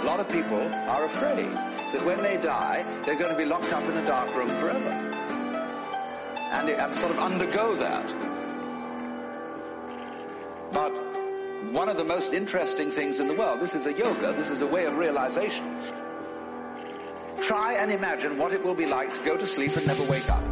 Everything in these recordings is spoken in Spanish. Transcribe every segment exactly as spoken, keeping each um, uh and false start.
lot of people are afraid that when they die, they're going to be locked up in a dark room forever. And, and sort of undergo that. But one of the most interesting things in the world, this is a yoga, this is a way of realization. Try and imagine what it will be like to go to sleep and never wake up.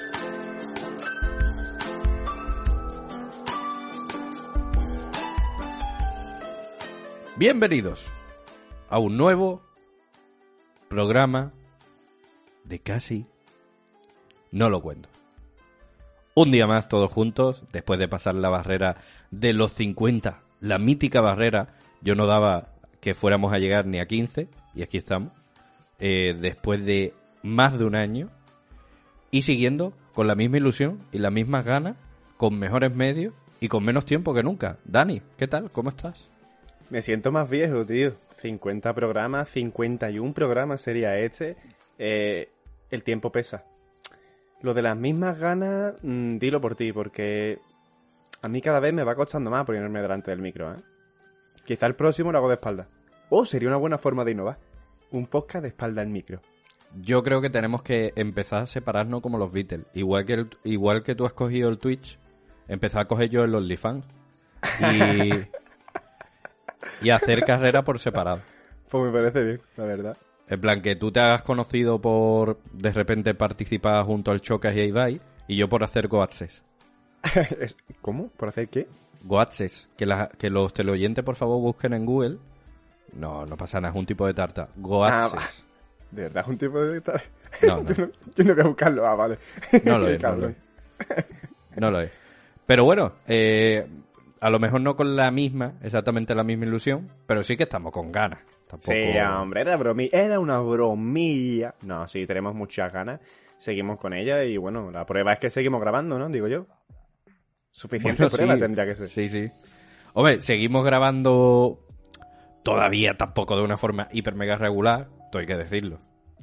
Bienvenidos a un nuevo programa de Casi No Lo Cuento. Un día más todos juntos, después de pasar la barrera de los cincuenta, la mítica barrera. Yo no daba que fuéramos a llegar ni a quince, y aquí estamos, eh, después de más de un año, y siguiendo con la misma ilusión y las mismas ganas, con mejores medios y con menos tiempo que nunca. Dani, ¿qué tal? ¿Cómo estás? Me siento más viejo, tío. cincuenta programas, cincuenta y uno programas sería este. Eh, el tiempo pesa. Lo de las mismas ganas, mmm, dilo por ti, porque a mí cada vez me va costando más ponerme delante del micro, ¿eh? Quizá el próximo lo hago de espalda. O sería una buena forma de innovar. Un podcast de espalda al micro. Yo creo que tenemos que empezar a separarnos como los Beatles. Igual que, el, igual que tú has cogido el Twitch, empezar a coger yo el OnlyFans. Y... y hacer carrera por separado. Pues me parece bien, la verdad. En plan, que tú te hagas conocido por de repente participar junto al Chocas y a Ibai, y yo por hacer Go Access. ¿Cómo? ¿Por hacer qué? Go Access. Que, la, que los teleoyentes, por favor, busquen en Google. No, no pasa nada, es un tipo de tarta. Go Access. Ah, ¿de verdad es un tipo de tarta? No, no. yo, no yo no voy a buscarlo. Ah, vale. No lo es, no lo es. No lo es. Pero bueno, eh... a lo mejor no con la misma, exactamente la misma ilusión, pero sí que estamos con ganas. Tampoco... Sí, hombre, era bromi... era una bromilla. No, sí, tenemos muchas ganas. Seguimos con ella y bueno, la prueba es que seguimos grabando, ¿no? Digo yo. Suficiente bueno, prueba sí. tendría que ser. Sí, sí. Hombre, seguimos grabando todavía tampoco de una forma hiper mega regular, esto hay que decirlo.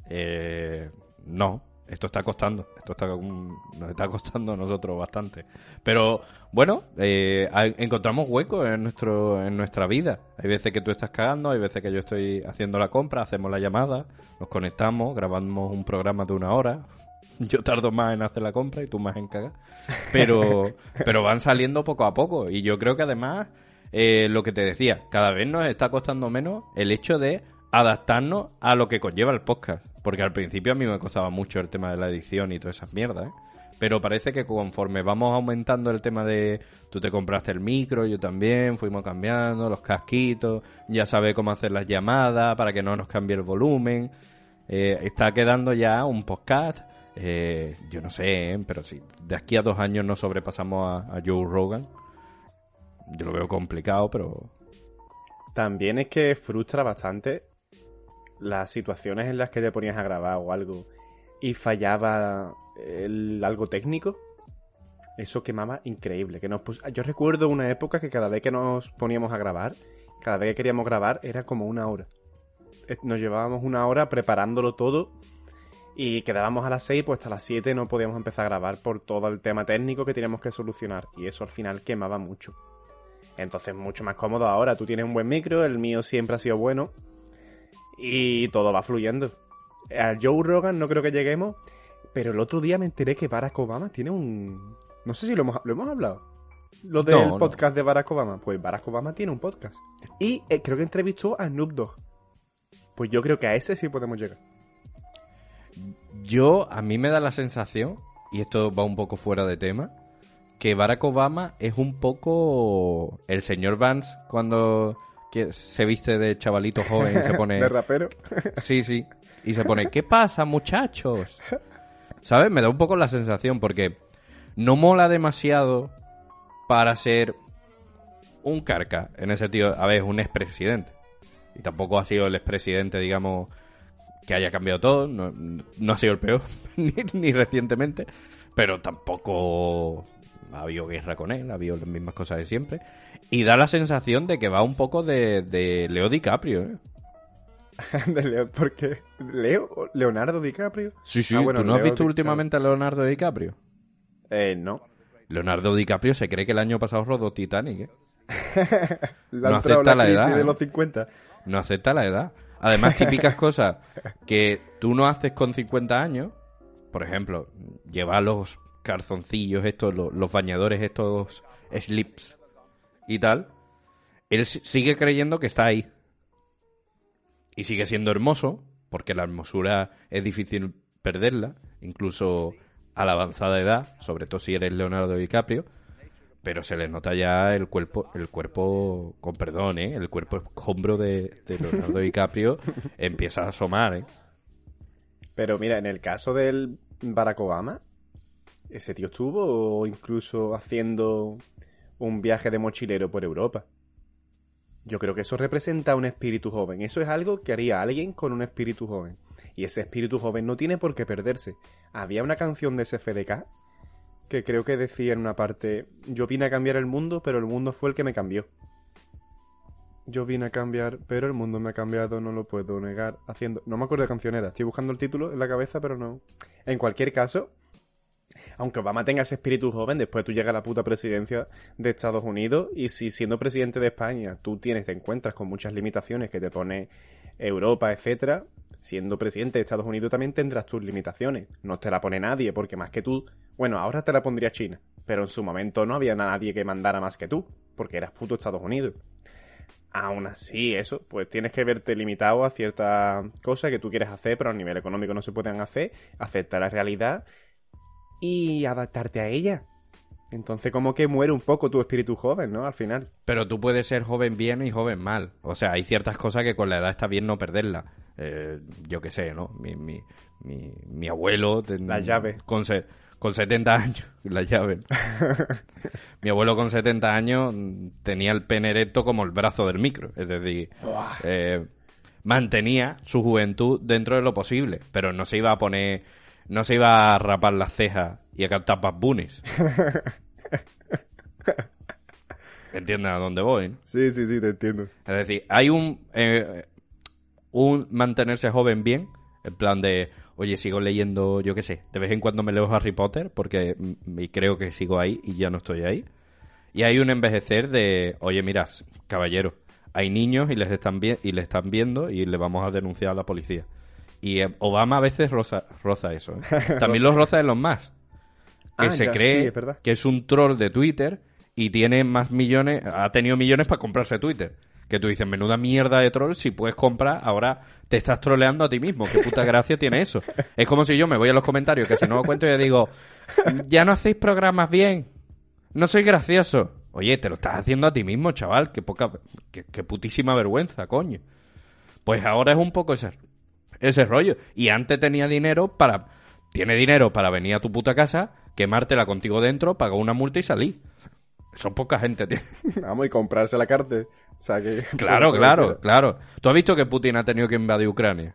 Eh, no. Esto está costando, esto está nos está costando a nosotros bastante. Pero, bueno, eh, encontramos huecos en nuestro en nuestra vida. Hay veces que tú estás cagando, hay veces que yo estoy haciendo la compra, hacemos la llamada, nos conectamos, grabamos un programa de una hora. Yo tardo más en hacer la compra y tú más en cagar. Pero, pero van saliendo poco a poco. Y yo creo que además, eh, lo que te decía, cada vez nos está costando menos el hecho de adaptarnos a lo que conlleva el podcast. Porque al principio a mí me costaba mucho el tema de la edición y todas esas mierdas, ¿eh? Pero parece que conforme vamos aumentando el tema de... Tú te compraste el micro, yo también, fuimos cambiando los casquitos, ya sabes cómo hacer las llamadas para que no nos cambie el volumen. Eh, está quedando ya un podcast, eh, yo no sé, ¿eh? Pero si de aquí a dos años no sobrepasamos a, a Joe Rogan, yo lo veo complicado, pero... También es que frustra bastante las situaciones en las que te ponías a grabar o algo y fallaba el, algo técnico. Eso quemaba increíble. Que nos pus... Yo recuerdo una época que cada vez que nos poníamos a grabar, cada vez que queríamos grabar, era como una hora. Nos llevábamos una hora preparándolo todo y quedábamos a las seis, pues hasta las siete no podíamos empezar a grabar por todo el tema técnico que teníamos que solucionar. Y eso al final quemaba mucho. Entonces mucho más cómodo ahora. Tú tienes un buen micro, el mío siempre ha sido bueno y todo va fluyendo. A Joe Rogan no creo que lleguemos, pero el otro día me enteré que Barack Obama tiene un... No sé si lo hemos, ¿lo hemos hablado. Lo del no, podcast no. de Barack Obama. Pues Barack Obama tiene un podcast. Y eh, creo que entrevistó a Snoop Dogg. Pues yo creo que a ese sí podemos llegar. Yo, a mí me da la sensación, y esto va un poco fuera de tema, que Barack Obama es un poco el señor Vance cuando que se viste de chavalito joven y se pone... ¿De rapero? Sí, sí. Y se pone, ¿qué pasa, muchachos? ¿Sabes? Me da un poco la sensación porque no mola demasiado para ser un carca. En ese sentido, a ver, un expresidente. Y tampoco ha sido el expresidente, digamos, que haya cambiado todo. No, no ha sido el peor, ni, ni recientemente. Pero tampoco... ha habido guerra con él, ha habido las mismas cosas de siempre. Y da la sensación de que va un poco de, de Leo DiCaprio, ¿eh? ¿De Leo? ¿Por qué? ¿Leo? ¿Leonardo DiCaprio? Sí, sí. Ah, bueno, ¿Tú no has Leo visto Di... últimamente a Leonardo DiCaprio? Eh, no. Leonardo DiCaprio se cree que el año pasado rodó Titanic, ¿eh? La no acepta acepta la, la edad. de ¿eh? los cincuenta. No acepta la edad. Además, típicas cosas que tú no haces con cincuenta años, por ejemplo, llevar los calzoncillos estos, los, los bañadores estos, slips y tal, él sigue creyendo que está ahí. Y sigue siendo hermoso, porque la hermosura es difícil perderla, incluso a la avanzada edad, sobre todo si eres Leonardo DiCaprio, pero se le nota ya el cuerpo, el cuerpo, con perdón, ¿eh? El cuerpo escombro de, de Leonardo DiCaprio empieza a asomar, ¿eh? Pero mira, en el caso del Barack Obama, ese tío estuvo incluso haciendo un viaje de mochilero por Europa. Yo creo que eso representa un espíritu joven. Eso es algo que haría alguien con un espíritu joven. Y ese espíritu joven no tiene por qué perderse. Había una canción de S F D K que creo que decía en una parte: yo vine a cambiar el mundo, pero el mundo fue el que me cambió. Yo vine a cambiar, pero el mundo me ha cambiado, no lo puedo negar. Haciendo... No me acuerdo de qué canción era. Estoy buscando el título en la cabeza, pero no. En cualquier caso, aunque Obama tenga ese espíritu joven, después tú llegas a la puta presidencia de Estados Unidos y si siendo presidente de España tú tienes, te encuentras con muchas limitaciones que te pone Europa, etcétera, siendo presidente de Estados Unidos también tendrás tus limitaciones. No te la pone nadie, porque más que tú... Bueno, ahora te la pondría China, pero en su momento no había nadie que mandara más que tú, porque eras puto Estados Unidos. Aún así, eso, pues tienes que verte limitado a ciertas cosas que tú quieres hacer, pero a nivel económico no se pueden hacer, aceptar la realidad y adaptarte a ella. Entonces como que muere un poco tu espíritu joven, ¿no? Al final. Pero tú puedes ser joven bien y joven mal. O sea, hay ciertas cosas que con la edad está bien no perderlas. Eh, yo qué sé, ¿no? Mi, mi, mi, mi abuelo... Ten, la llave. Con, se, con setenta años. La llave. Mi abuelo con setenta años tenía el pene erecto como el brazo del micro. Es decir, eh, mantenía su juventud dentro de lo posible. Pero no se iba a poner... No se iba a rapar las cejas y a cantar Bad Bunnies. ¿Entiendes a dónde voy, no? Sí, sí, sí, te entiendo. Es decir, hay un... Eh, un mantenerse joven bien, en plan de... Oye, sigo leyendo, yo qué sé, de vez en cuando me leo Harry Potter, porque y creo que sigo ahí y ya no estoy ahí. Y hay un envejecer de... Oye, mirad, caballero, hay niños y les están, vi- y les están viendo y le vamos a denunciar a la policía. Y Obama a veces roza, roza eso, ¿eh? También los roza Elon Musk, que ah, se ya, cree sí, es verdad. que es un troll de Twitter y tiene más millones, ha tenido millones para comprarse Twitter. Que tú dices, menuda mierda de troll, si puedes comprar, ahora te estás troleando a ti mismo. ¿Qué puta gracia tiene eso? Es como si yo me voy a los comentarios, que si no lo cuento y digo, ya no hacéis programas bien, no soy gracioso. Oye, te lo estás haciendo a ti mismo, chaval, qué poca, qué, qué putísima vergüenza, coño. Pues ahora es un poco ese... ese rollo. Y antes tenía dinero para... Tiene dinero para venir a tu puta casa, quemártela contigo dentro, pagar una multa y salir. Son poca gente, tío. Vamos, y comprarse la carta. O sea que... Claro, claro, claro. ¿Tú has visto que Putin ha tenido que invadir Ucrania?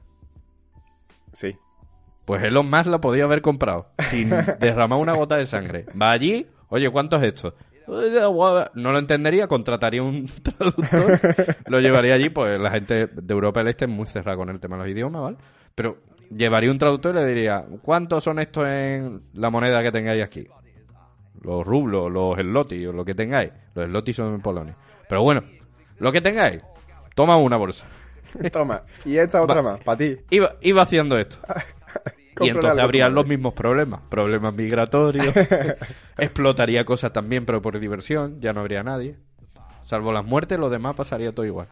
Sí. Pues Elon Musk la podía haber comprado sin derramar una gota de sangre. Va allí, oye, ¿cuánto es esto? No lo entendería, contrataría un traductor, lo llevaría allí, pues la gente de Europa del Este es muy cerrada con el tema de los idiomas, ¿vale? Pero llevaría un traductor y le diría, ¿cuántos son estos en la moneda que tengáis aquí? Los rublos, los zloty, o lo que tengáis. Los zloty son en Polonia. Pero bueno, lo que tengáis, toma una bolsa. Toma, y esta otra Va, más, para ti. Iba, iba haciendo esto. Y entonces habrían algo, los mismos problemas. Problemas migratorios. Explotaría cosas también, pero por diversión. Ya no habría nadie. Salvo las muertes, lo demás pasaría todo igual.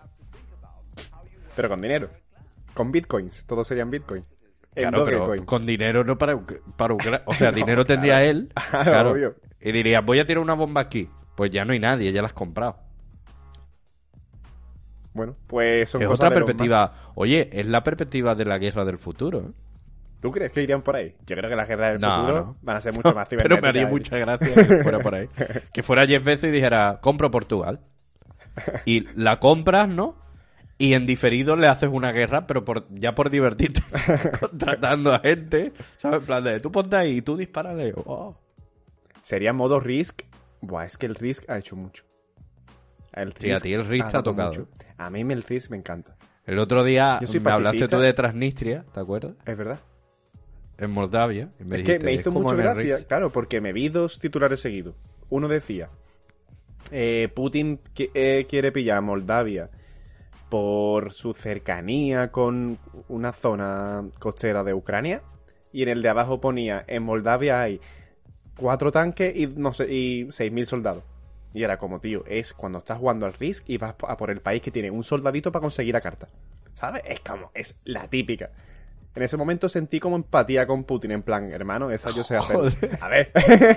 Pero con dinero. Con bitcoins. Todos serían bitcoins. Claro, pero Dogecoin. con dinero no para, para Ucrania. O sea, no, dinero tendría claro. él. Claro, Claro. obvio. Y diría, voy a tirar una bomba aquí. Pues ya no hay nadie, ya la has comprado. Bueno, pues son Es cosas otra de los perspectiva. más. Oye, es la perspectiva de la guerra del futuro, ¿eh? ¿Tú crees que irían por ahí? Yo creo que las guerras del No, futuro no. van a ser mucho más Pero me haría cibernéticas. mucha gracia que fuera por ahí. Que fuera Jeff Bezos y dijera, compro Portugal. Y la compras, ¿no? Y en diferido le haces una guerra, pero por ya por divertirte. Contratando a gente. ¿Sabes? En plan de, tú ponte ahí y tú dispárale. Oh. Sería modo Risk. Buah, es que el Risk ha hecho mucho. El Sí, a ti el Risk te ha dado tocado. mucho. A mí el Risk me encanta. El otro día Yo soy me hablaste pacifista. tú de Transnistria, ¿te acuerdas? Es verdad. En Moldavia. Y me es dijiste, que me hizo como mucho en el gracia, Risk. claro, porque me vi dos titulares seguidos. Uno decía, eh, Putin qui- eh, quiere pillar a Moldavia por su cercanía con una zona costera de Ucrania. Y en el de abajo ponía, en Moldavia hay cuatro tanques y no sé y seis mil soldados. Y era como, tío, es cuando estás jugando al Risk y vas a por el país que tiene un soldadito para conseguir la carta. ¿Sabes? Es como, es la típica. En ese momento sentí como empatía con Putin, en plan, hermano, esa yo sé hacer. Joder. A ver.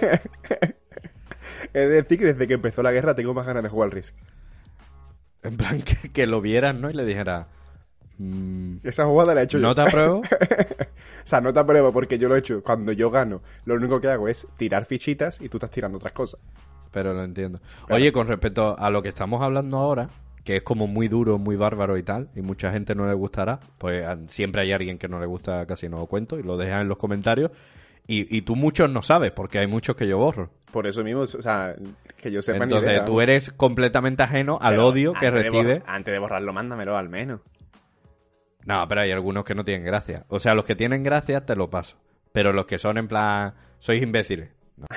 Es decir, que desde que empezó la guerra tengo más ganas de jugar al Risk. En plan, que, que lo vieran, ¿no? Y le dijera... mm, Esa jugada la he hecho yo. ¿no te apruebo? O sea, no te apruebo porque yo lo he hecho. Cuando yo gano, lo único que hago es tirar fichitas y tú estás tirando otras cosas. Pero lo entiendo. Oye, con respecto a lo que estamos hablando ahora, que es como muy duro, muy bárbaro y tal, y mucha gente no le gustará, pues a- siempre hay alguien que no le gusta Casi No Cuento y lo deja en los comentarios. Y, y tú muchos no sabes, porque hay muchos que yo borro. Por eso mismo, o sea, que yo sepa ni Entonces idea, tú vamos. eres completamente ajeno al Pero odio que antes de recibe. borrar- antes de borrarlo, mándamelo al menos. No, pero hay algunos que no tienen gracia. O sea, los que tienen gracia te lo paso. Pero los que son en plan, sois imbéciles. No.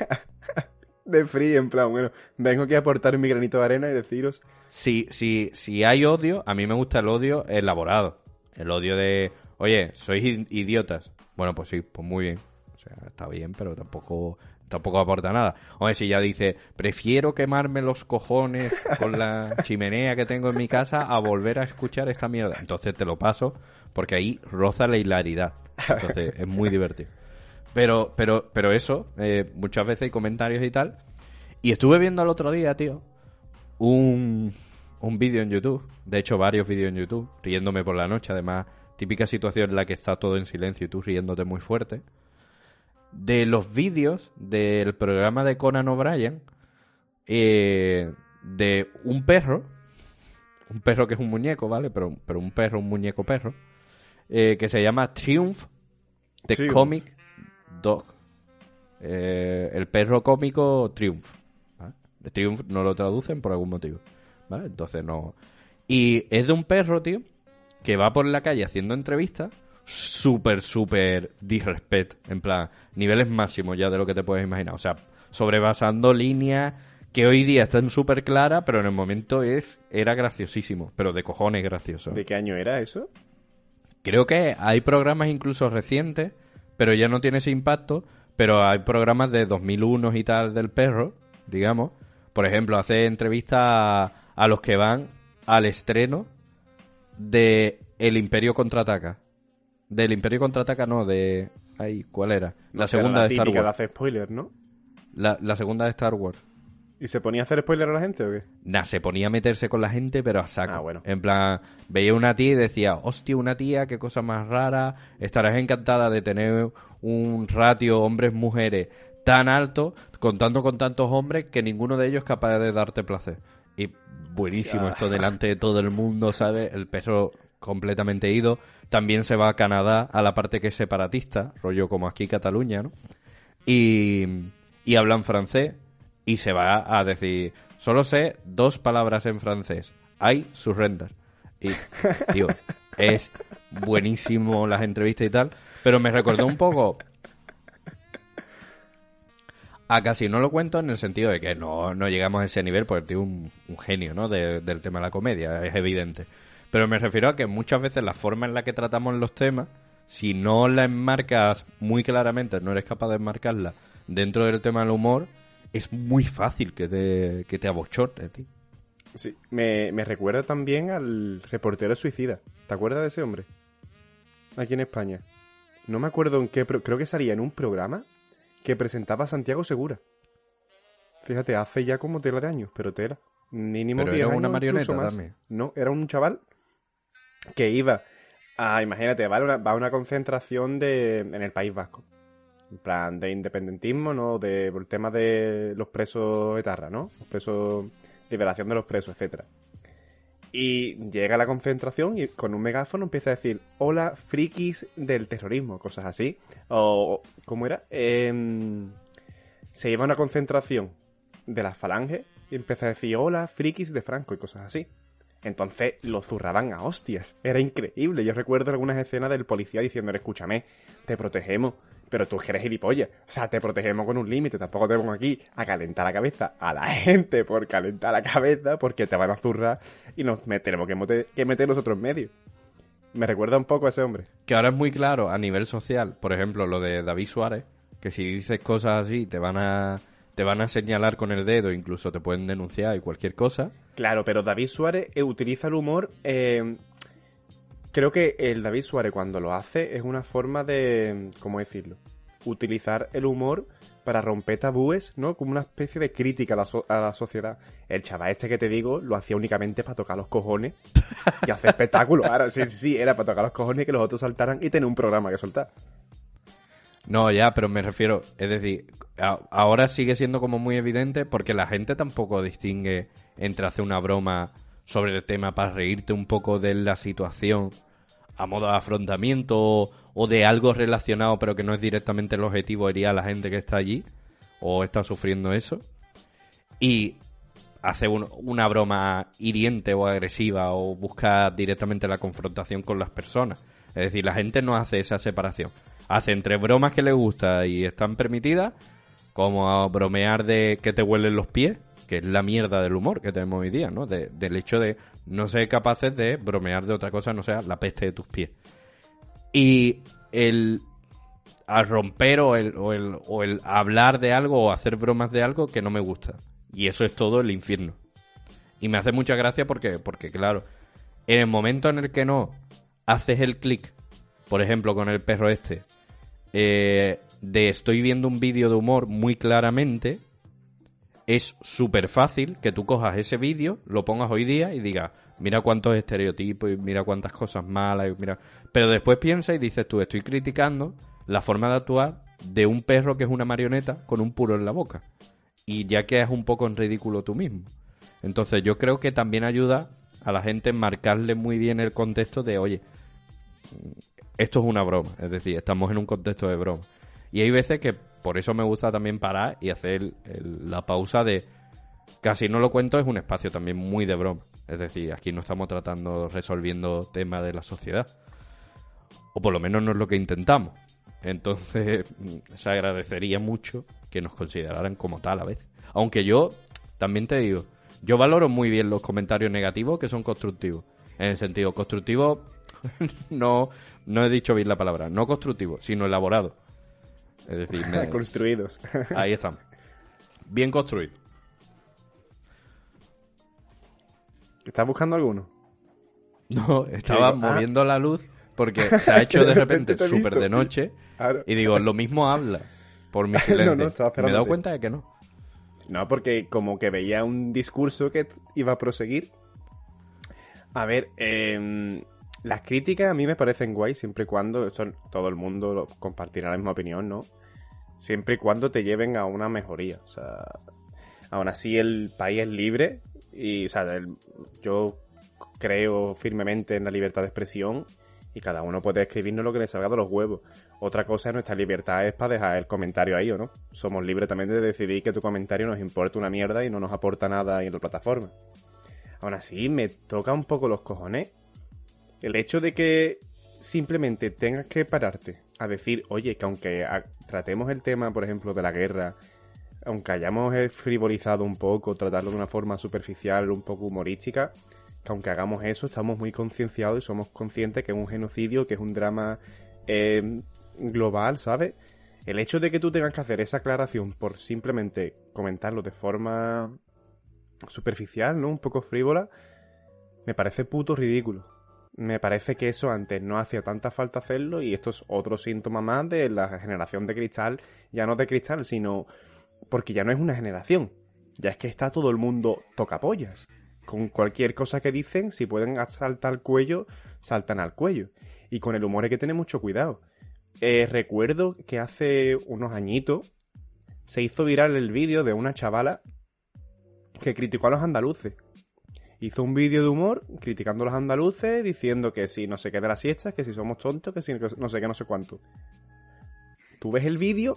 De free, en plan, bueno, vengo aquí a aportar mi granito de arena y deciros... Si, si, si hay odio, a mí me gusta el odio elaborado. El odio de, oye, sois i- idiotas. Bueno, pues sí, pues muy bien. O sea, está bien, pero tampoco tampoco aporta nada. Oye, si ya dice, prefiero quemarme los cojones con la chimenea que tengo en mi casa a volver a escuchar esta mierda. Entonces te lo paso, porque ahí roza la hilaridad. Entonces es muy divertido. Pero, pero, pero eso, eh, muchas veces hay comentarios y tal. Y estuve viendo el otro día, tío, un, un vídeo en YouTube. De hecho, varios vídeos en YouTube, riéndome por la noche. Además, típica situación en la que está todo en silencio y tú riéndote muy fuerte. De los vídeos del programa de Conan O'Brien, eh, de un perro, un perro que es un muñeco, ¿vale? Pero, pero un perro, un muñeco perro, eh, que se llama Triumph, The Triumph. Comic Dog. Eh, el perro cómico Triumph. ¿Vale? Triumph no lo traducen por algún motivo, ¿vale? Entonces no... Y es de un perro, tío, que va por la calle haciendo entrevistas súper, súper disrespect, en plan, niveles máximos ya de lo que te puedes imaginar. O sea, sobrepasando líneas que hoy día están súper claras, pero en el momento es era graciosísimo, pero de cojones gracioso. ¿De qué año era eso? Creo que hay programas incluso recientes, pero ya no tiene ese impacto, pero hay programas de dos mil uno y tal del perro, digamos. Por ejemplo, hace entrevistas a, a los que van al estreno de El Imperio Contraataca. Del Imperio Contraataca no, de... Ay, ¿cuál era? No La sé, era segunda la de Star típica de Wars. hacer spoilers, ¿no? La, la segunda de Star Wars. ¿Y se ponía a hacer spoiler a la gente o qué? Nah, se ponía a meterse con la gente, pero a saco. Ah, bueno. En plan, veía una tía y decía, hostia, una tía, qué cosa más rara, estarás encantada de tener un ratio hombres-mujeres tan alto, contando con tantos hombres, que ninguno de ellos es capaz de darte placer. Y buenísimo, Ya. esto delante de todo el mundo, ¿sabes? El perro completamente ido. También se va a Canadá, a la parte que es separatista, rollo como aquí Cataluña, ¿no? Y, y hablan francés. Y se va a decir, solo sé dos palabras en francés. I surrender. Y, tío, es buenísimo las entrevistas y tal. Pero me recordó un poco a Casi No Lo Cuento, en el sentido de que no, no llegamos a ese nivel, porque el tío es un, un genio, ¿no? De- del tema de la comedia, es evidente. Pero me refiero a que muchas veces la forma en la que tratamos los temas, si no la enmarcas muy claramente, no eres capaz de enmarcarla dentro del tema del humor, es muy fácil que te, que te abochorne, tío. Sí. Me, me recuerda también al reportero suicida. ¿Te acuerdas de ese hombre? Aquí en España. No me acuerdo en qué... Pro- creo que salía en un programa que presentaba a Santiago Segura. Fíjate, hace ya como tela de años, pero tela. Mínimo Pero diez era una años, marioneta incluso más. también. No, era un chaval que iba a... Imagínate, va a una, va a una concentración de en el País Vasco. En plan, de independentismo, ¿no? De, por el tema de los presos etarra, ¿no? Los presos... Liberación de los presos, etcétera. Y llega a la concentración y con un megáfono empieza a decir, hola, frikis del terrorismo, cosas así. O, ¿cómo era? Eh, se iba a una concentración de las falanges y empieza a decir, hola, frikis de Franco y cosas así. Entonces lo zurraban a hostias. Era increíble. Yo recuerdo algunas escenas del policía diciéndole, escúchame, te protegemos, Pero tú que eres gilipollas. O sea, te protegemos con un límite. Tampoco te pongo aquí a calentar la cabeza a la gente por calentar la cabeza, porque te van a zurrar y nos me- tenemos que, mote- que meter nosotros en medio. Me recuerda un poco a ese hombre. Que ahora es muy claro a nivel social, por ejemplo, lo de David Suárez, que si dices cosas así te van a te van a señalar con el dedo, incluso te pueden denunciar y cualquier cosa. Claro, pero David Suárez eh, utiliza el humor. eh, creo que el David Suárez, cuando lo hace, es una forma de. ¿Cómo decirlo? Utilizar el humor para romper tabúes, ¿no? Como una especie de crítica a la, so- a la sociedad. El chaval este que te digo lo hacía únicamente para tocar los cojones y hacer espectáculos. Ahora, sí, sí, sí, era para tocar los cojones y que los otros saltaran y tener un programa que soltar. No, ya, pero me refiero, es decir, a- ahora sigue siendo como muy evidente porque la gente tampoco distingue entre hacer una broma sobre el tema para reírte un poco de la situación a modo de afrontamiento o, o de algo relacionado pero que no es directamente el objetivo herir a la gente que está allí o está sufriendo eso, y hacer un- una broma hiriente o agresiva o buscar directamente la confrontación con las personas. Es decir, la gente no hace esa separación. Hace entre bromas que le gusta y están permitidas, como bromear de que te huelen los pies, que es la mierda del humor que tenemos hoy día, ¿no? De- del hecho de no ser capaces de bromear de otra cosa, no sea la peste de tus pies. Y el al romper o el, o el, o el hablar de algo o hacer bromas de algo que no me gusta. Y eso es todo el infierno. Y me hace mucha gracia porque, porque claro, en el momento en el que no haces el clic, por ejemplo, con el perro este, eh, de estoy viendo un vídeo de humor muy claramente, es súper fácil que tú cojas ese vídeo, lo pongas hoy día y digas, mira cuántos estereotipos y mira cuántas cosas malas, y mira... Pero después piensas y dices tú, estoy criticando la forma de actuar de un perro que es una marioneta con un puro en la boca. Y ya quedas un poco en ridículo tú mismo. Entonces yo creo que también ayuda a la gente marcarle muy bien el contexto de, oye, esto es una broma, es decir, estamos en un contexto de broma. Y hay veces que por eso me gusta también parar y hacer el- el- la pausa de casi no lo cuento, es un espacio también muy de broma. Es decir, aquí no estamos tratando, resolviendo temas de la sociedad. O por lo menos no es lo que intentamos. Entonces, se agradecería mucho que nos consideraran como tal a veces. Aunque yo, también te digo, yo valoro muy bien los comentarios negativos que son constructivos. En el sentido constructivo, no, no he dicho bien la palabra, no constructivo, sino elaborado. Es decir, me- Construidos. ahí estamos. Bien construido. ¿Estás buscando alguno? No, estaba digo, ah. moviendo la luz porque se ha hecho Que de de repente repente te he súper visto. de noche Claro. y digo, lo mismo habla por mi silencio. No, no, estaba Me he dado esperándote. cuenta de que no. No, porque como que veía un discurso que iba a proseguir. A ver, eh, las críticas a mí me parecen guay siempre y cuando, eso todo el mundo lo compartirá la misma opinión, ¿no? Siempre y cuando te lleven a una mejoría. O sea, aún así el país es libre y, o sea, el- yo creo firmemente en la libertad de expresión y cada uno puede escribirnos lo que le salga de los huevos. Otra cosa es nuestra libertad es para dejar el comentario ahí, ¿o no? Somos libres también de decidir que tu comentario nos importa una mierda y no nos aporta nada en la plataforma. Aún así, me toca un poco los cojones el hecho de que simplemente tengas que pararte a decir, oye, que aunque a- tratemos el tema, por ejemplo, de la guerra, aunque hayamos eh, frivolizado un poco, tratarlo de una forma superficial, un poco humorística, que aunque hagamos eso, estamos muy concienciados y somos conscientes que es un genocidio, que es un drama eh, global, ¿sabes? El hecho de que tú tengas que hacer esa aclaración por simplemente comentarlo de forma superficial, ¿no? Un poco frívola, me parece puto ridículo. Me parece que eso antes no hacía tanta falta hacerlo y esto es otro síntoma más de la generación de cristal, ya no de cristal, sino porque ya no es una generación. Ya es que está todo el mundo tocapollas. Con cualquier cosa que dicen, si pueden saltar al cuello, saltan al cuello. Y con el humor hay que tener mucho cuidado. Eh, recuerdo que hace unos añitos se hizo viral el vídeo de una chavala que criticó a los andaluces. Hizo un vídeo de humor criticando a los andaluces, diciendo que si no sé qué de las siestas, que si somos tontos, que si no sé qué, no sé cuánto. Tú ves el vídeo,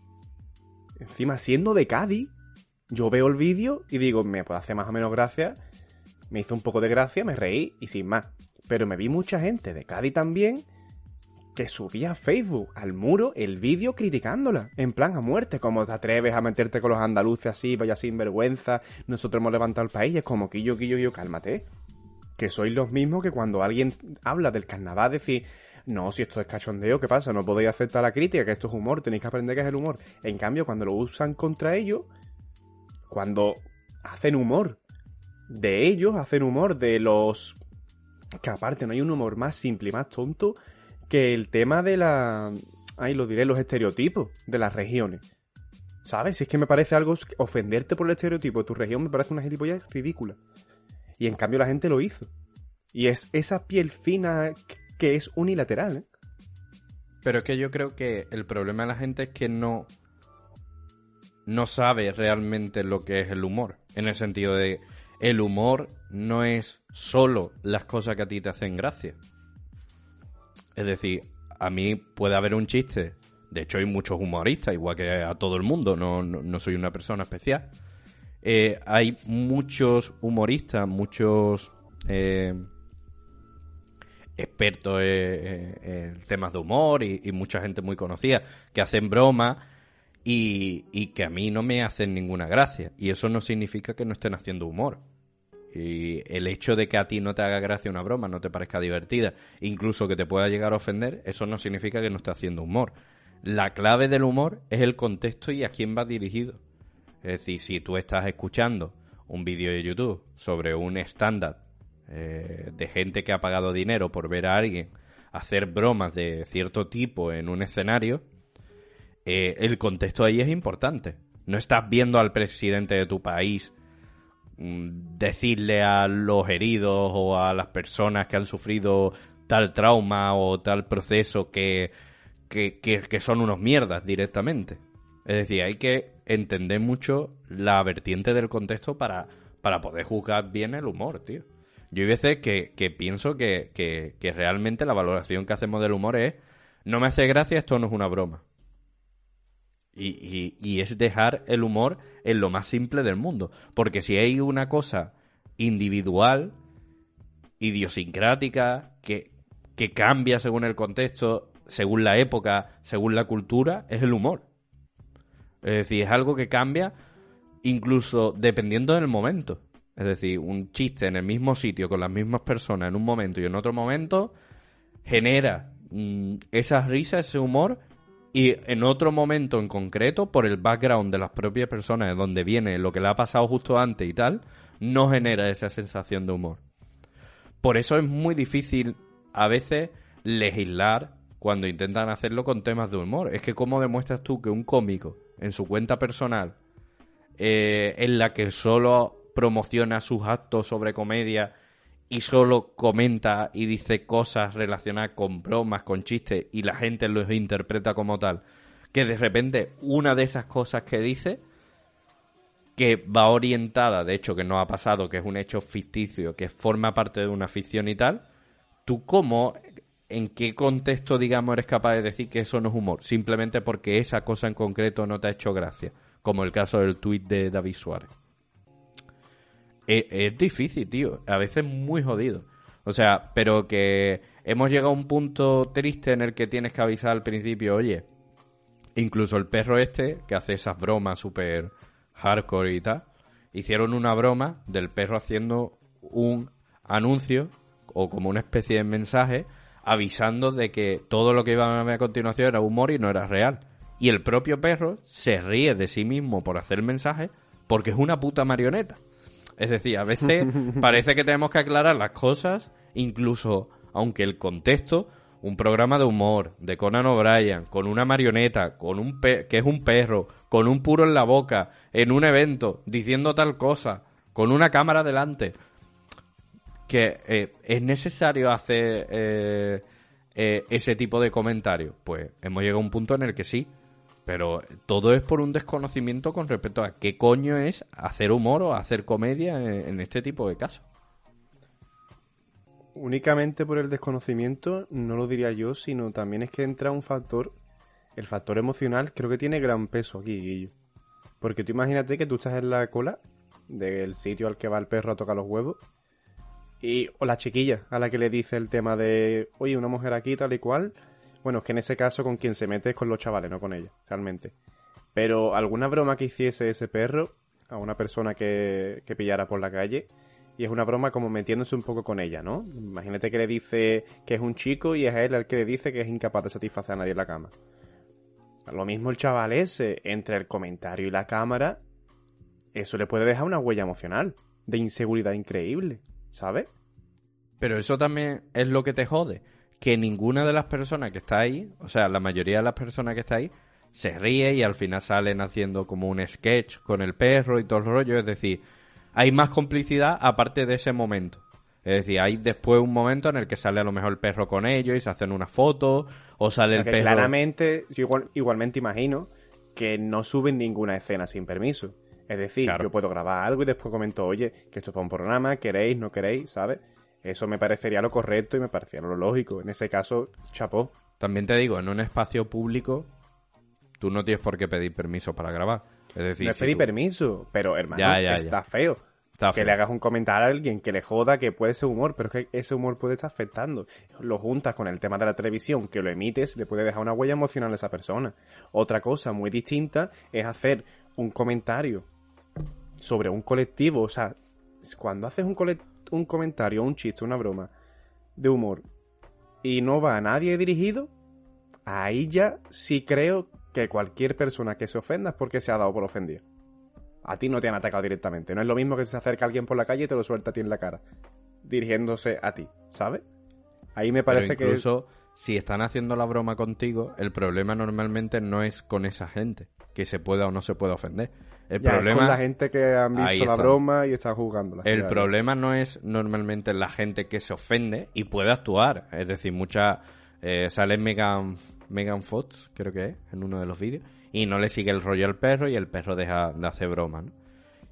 encima siendo de Cádiz, yo veo el vídeo y digo, me puede hacer más o menos gracia, me hizo un poco de gracia, me reí y sin más. Pero me vi mucha gente de Cádiz también que subía a Facebook, al muro, el vídeo criticándola, en plan a muerte, como te atreves a meterte con los andaluces así, vaya sinvergüenza, nosotros hemos levantado el país, es como que yo, que yo, yo, cálmate, que sois los mismos que cuando alguien habla del carnaval decís, no, si esto es cachondeo, ¿qué pasa? No podéis aceptar la crítica, que esto es humor, tenéis que aprender que es el humor. En cambio, cuando lo usan contra ellos, cuando hacen humor de ellos, hacen humor de los... que aparte no hay un humor más simple y más tonto que el tema de la... Ay, lo diré, los estereotipos de las regiones. ¿Sabes? Si es que me parece algo... Ofenderte por el estereotipo de tu región me parece una gilipollez ridícula. Y en cambio la gente lo hizo. Y es esa piel fina que es unilateral, ¿eh? Pero es que yo creo que el problema de la gente es que no... no sabe realmente lo que es el humor. En el sentido de... el humor no es solo las cosas que a ti te hacen gracia. Es decir, a mí puede haber un chiste. De hecho, hay muchos humoristas, igual que a todo el mundo. No, no, no soy una persona especial. Eh, hay muchos humoristas, muchos eh, expertos en, en temas de humor y, y mucha gente muy conocida que hacen bromas y, y que a mí no me hacen ninguna gracia. Y eso no significa que no estén haciendo humor. Y el hecho de que a ti no te haga gracia una broma, no te parezca divertida, incluso que te pueda llegar a ofender, eso no significa que no esté haciendo humor. La clave del humor es el contexto y a quién va dirigido. Es decir, si tú estás escuchando un vídeo de YouTube sobre un stand-up eh, de gente que ha pagado dinero por ver a alguien hacer bromas de cierto tipo en un escenario, eh, el contexto ahí es importante. No estás viendo al presidente de tu país decirle a los heridos o a las personas que han sufrido tal trauma o tal proceso que, que, que, que son unos mierdas directamente. Es decir, hay que entender mucho la vertiente del contexto para, para poder juzgar bien el humor, tío. Yo hay veces que, que pienso que, que, que realmente la valoración que hacemos del humor es no me hace gracia, esto no es una broma. Y, y, y es dejar el humor en lo más simple del mundo. Porque si hay una cosa individual, idiosincrática, que, que cambia según el contexto, según la época, según la cultura, es el humor. Es decir, es algo que cambia incluso dependiendo del momento. Es decir, un chiste en el mismo sitio con las mismas personas en un momento y en otro momento genera mmm, esa risa, ese humor. Y en otro momento en concreto, por el background de las propias personas, de donde viene lo que le ha pasado justo antes y tal, no genera esa sensación de humor. Por eso es muy difícil a veces legislar cuando intentan hacerlo con temas de humor. Es que ¿cómo demuestras tú que un cómico en su cuenta personal, eh, en la que solo promociona sus actos sobre comedia y solo comenta y dice cosas relacionadas con bromas, con chistes, y la gente los interpreta como tal, que de repente una de esas cosas que dice, que va orientada, de hecho que no ha pasado, que es un hecho ficticio, que forma parte de una ficción y tal, ¿tú cómo, en qué contexto, digamos, eres capaz de decir que eso no es humor? Simplemente porque esa cosa en concreto no te ha hecho gracia, como el caso del tuit de David Suárez. Es, es difícil, tío. A veces muy jodido. O sea, pero que hemos llegado a un punto triste en el que tienes que avisar al principio, oye, incluso el perro este, que hace esas bromas súper hardcore y tal, hicieron una broma del perro haciendo un anuncio o como una especie de mensaje avisando de que todo lo que iban a ver a continuación era humor y no era real. Y el propio perro se ríe de sí mismo por hacer el mensaje porque es una puta marioneta. Es decir, a veces parece que tenemos que aclarar las cosas, incluso aunque el contexto, un programa de humor de Conan O'Brien, con una marioneta, con un pe- que es un perro, con un puro en la boca, en un evento, diciendo tal cosa, con una cámara delante, que eh, es necesario hacer eh, eh, ese tipo de comentarios. Pues hemos llegado a un punto en el que sí. Pero todo es por un desconocimiento con respecto a qué coño es hacer humor o hacer comedia en, en este tipo de casos. Únicamente por el desconocimiento no lo diría yo, sino también es que entra un factor, el factor emocional, creo que tiene gran peso aquí, Guillo. Porque tú imagínate que tú estás en la cola del sitio al que va el perro a tocar los huevos y o la chiquilla a la que le dice el tema de, oye, una mujer aquí tal y cual, Bueno, es que en ese caso con quien se mete es con los chavales, no con ella, realmente. Pero alguna broma que hiciese ese perro a una persona que, que pillara por la calle, y es una broma como metiéndose un poco con ella, ¿no? Imagínate que le dice que es un chico y es él el que le dice que es incapaz de satisfacer a nadie en la cama. Lo mismo el chaval ese, entre el comentario y la cámara, eso le puede dejar una huella emocional, de inseguridad increíble, ¿sabes? Pero eso también es lo que te jode, que ninguna de las personas que está ahí, o sea, la mayoría de las personas que está ahí, se ríe y al final salen haciendo como un sketch con el perro y todo el rollo. Es decir, hay más complicidad aparte de ese momento. Es decir, hay después un momento en el que sale a lo mejor el perro con ellos y se hacen una foto, o sale o sea, el perro... Claramente, yo igual, igualmente imagino que no suben ninguna escena sin permiso. Es decir, claro, yo puedo grabar algo y después comento, oye, que esto es para un programa, queréis, no queréis, ¿sabes? Eso me parecería lo correcto y me parecería lo lógico. En ese caso, chapó. También te digo, en un espacio público, tú no tienes por qué pedir permiso para grabar. Es decir, no es si pedir tú... permiso, pero hermano, ya, ya, está ya. feo. Está que feo. le hagas un comentario a alguien que le joda, que puede ser humor, pero es que ese humor puede estar afectando. Lo juntas con el tema de la televisión, que lo emites, le puede dejar una huella emocional a esa persona. Otra cosa muy distinta es hacer un comentario sobre un colectivo. O sea, cuando haces un, cole- un comentario, un chiste, una broma de humor y no va a nadie dirigido, ahí ya sí creo que cualquier persona que se ofenda es porque se ha dado por ofendido. A ti no te han atacado directamente. No es lo mismo que se acerca alguien por la calle y te lo suelta a ti en la cara, dirigiéndose a ti, ¿sabes? Ahí me parece Pero incluso, que... si están haciendo la broma contigo, el problema normalmente no es con esa gente, que se pueda o no se pueda ofender. El ya, problema es con la gente que han visto la broma y están jugándola. El claro. problema no es normalmente la gente que se ofende y puede actuar. Es decir, muchas... Eh, sale Megan, Megan Fox, creo que es, en uno de los vídeos, y no le sigue el rollo al perro y el perro deja de hacer broma, ¿no?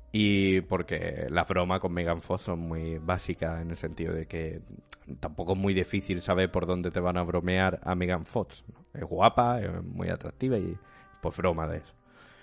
Y porque las bromas con Megan Fox son muy básicas en el sentido de que tampoco es muy difícil saber por dónde te van a bromear a Megan Fox, ¿no? Es guapa, es muy atractiva y pues broma de eso.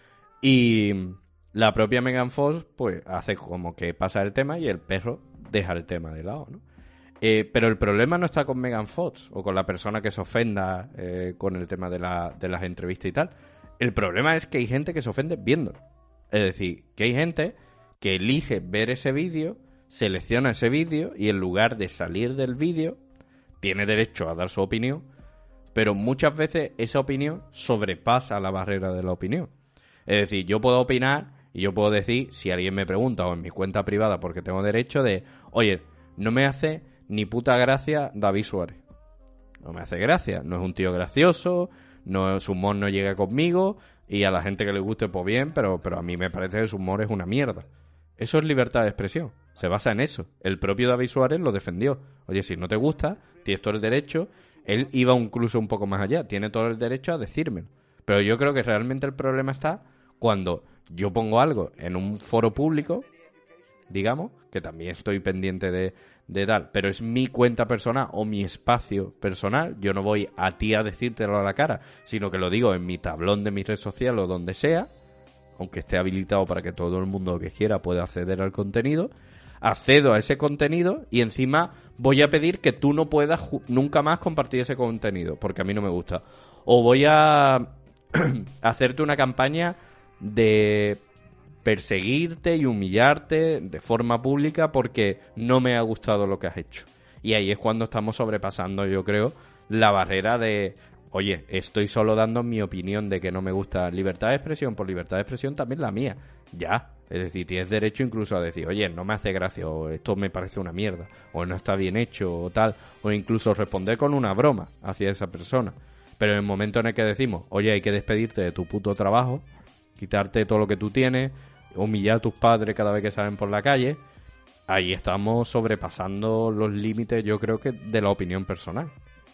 Y la propia Megan Fox pues hace como que pasa el tema y el perro deja el tema de lado, ¿no? Eh, pero el problema no está con Megan Fox o con la persona que se ofenda eh, con el tema de, la, de las entrevistas y tal. El problema es que hay gente que se ofende viéndolo. Es decir, que hay gente que elige ver ese vídeo, selecciona ese vídeo y en lugar de salir del vídeo, tiene derecho a dar su opinión, pero muchas veces esa opinión sobrepasa la barrera de la opinión. Es decir, yo puedo opinar y yo puedo decir, si alguien me pregunta o en mi cuenta privada, porque tengo derecho de, oye, no me hace ni puta gracia David Suárez. No me hace gracia, no es un tío gracioso, no, su humor no llega conmigo y a la gente que le guste pues bien, pero, pero a mí me parece que su humor es una mierda. Eso es libertad de expresión, se basa en eso. El propio David Suárez lo defendió. Oye, si no te gusta, tienes todo el derecho. Él iba incluso un poco más allá, tiene todo el derecho a decírmelo. Pero yo creo que realmente el problema está cuando yo pongo algo en un foro público, digamos, que también estoy pendiente de, de tal, pero es mi cuenta personal o mi espacio personal. Yo no voy a ti a decírtelo a la cara, sino que lo digo en mi tablón de mi red social o donde sea, aunque esté habilitado para que todo el mundo que quiera pueda acceder al contenido. Accedo a ese contenido y encima voy a pedir que tú no puedas ju- nunca más compartir ese contenido, porque a mí no me gusta. O voy a hacerte una campaña de perseguirte y humillarte de forma pública porque no me ha gustado lo que has hecho. Y ahí es cuando estamos sobrepasando, yo creo, la barrera de, oye, estoy solo dando mi opinión de que no me gusta. Libertad de expresión, por libertad de expresión también la mía. Ya, es decir, tienes derecho incluso a decir, oye, no me hace gracia, o esto me parece una mierda, o no está bien hecho, o tal, o incluso responder con una broma hacia esa persona. Pero en el momento en el que decimos, oye, hay que despedirte de tu puto trabajo, quitarte todo lo que tú tienes, humillar a tus padres cada vez que salen por la calle, ahí estamos sobrepasando los límites, yo creo que de la opinión personal.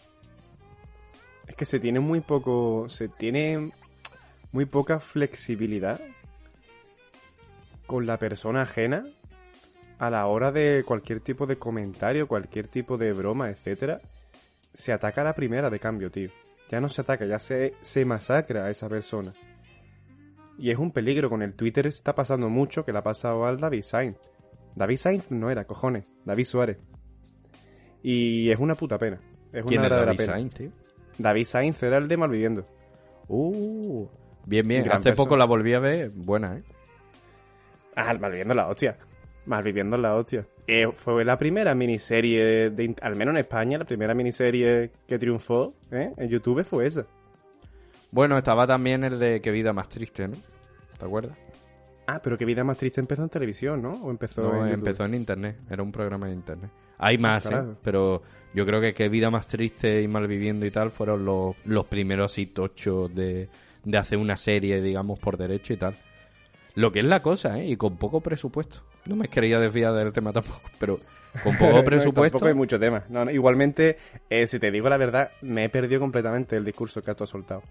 Es que se tiene muy poco, se tiene muy poca flexibilidad con la persona ajena a la hora de cualquier tipo de comentario, cualquier tipo de broma, etcétera. Se ataca a la primera de cambio, tío. Ya no se ataca, ya se, se masacra a esa persona. Y es un peligro. Con el Twitter está pasando mucho, que le ha pasado al David Sainz. David Sainz no era, cojones. David Suárez. Y es una puta pena. Es ¿Quién una es verdadera David pena. Sainz, tío? David Sainz era el de Malviviendo. Uh, bien, bien. Gran Hace persona. poco la volví a ver. Buena, ¿eh? Ah, Malviviendo la hostia. Malviviendo la hostia. Eh, fue la primera miniserie, de, al menos en España, la primera miniserie que triunfó ¿eh? en YouTube fue esa. Bueno, estaba también el de Qué vida más triste, ¿no? ¿Te acuerdas? Ah, pero Qué vida más triste empezó en televisión, ¿no? ¿O empezó No, en YouTube? empezó en internet. Era un programa de internet. Hay más, ¿eh? Carajo. Pero yo creo que Qué vida más triste y Malviviendo y tal fueron los, los primeros así tochos de, de hacer una serie, digamos, por derecho y tal. Lo que es la cosa, ¿eh? Y con poco presupuesto. No me quería desviar del tema tampoco, pero con poco presupuesto... Tampoco hay mucho tema. No, no, igualmente, eh, si te digo la verdad, me he perdido completamente el discurso que tú has soltado.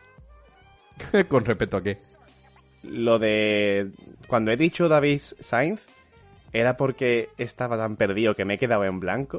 ¿Con respecto a qué? Lo de... Cuando he dicho David Sainz, era porque estaba tan perdido que me he quedado en blanco.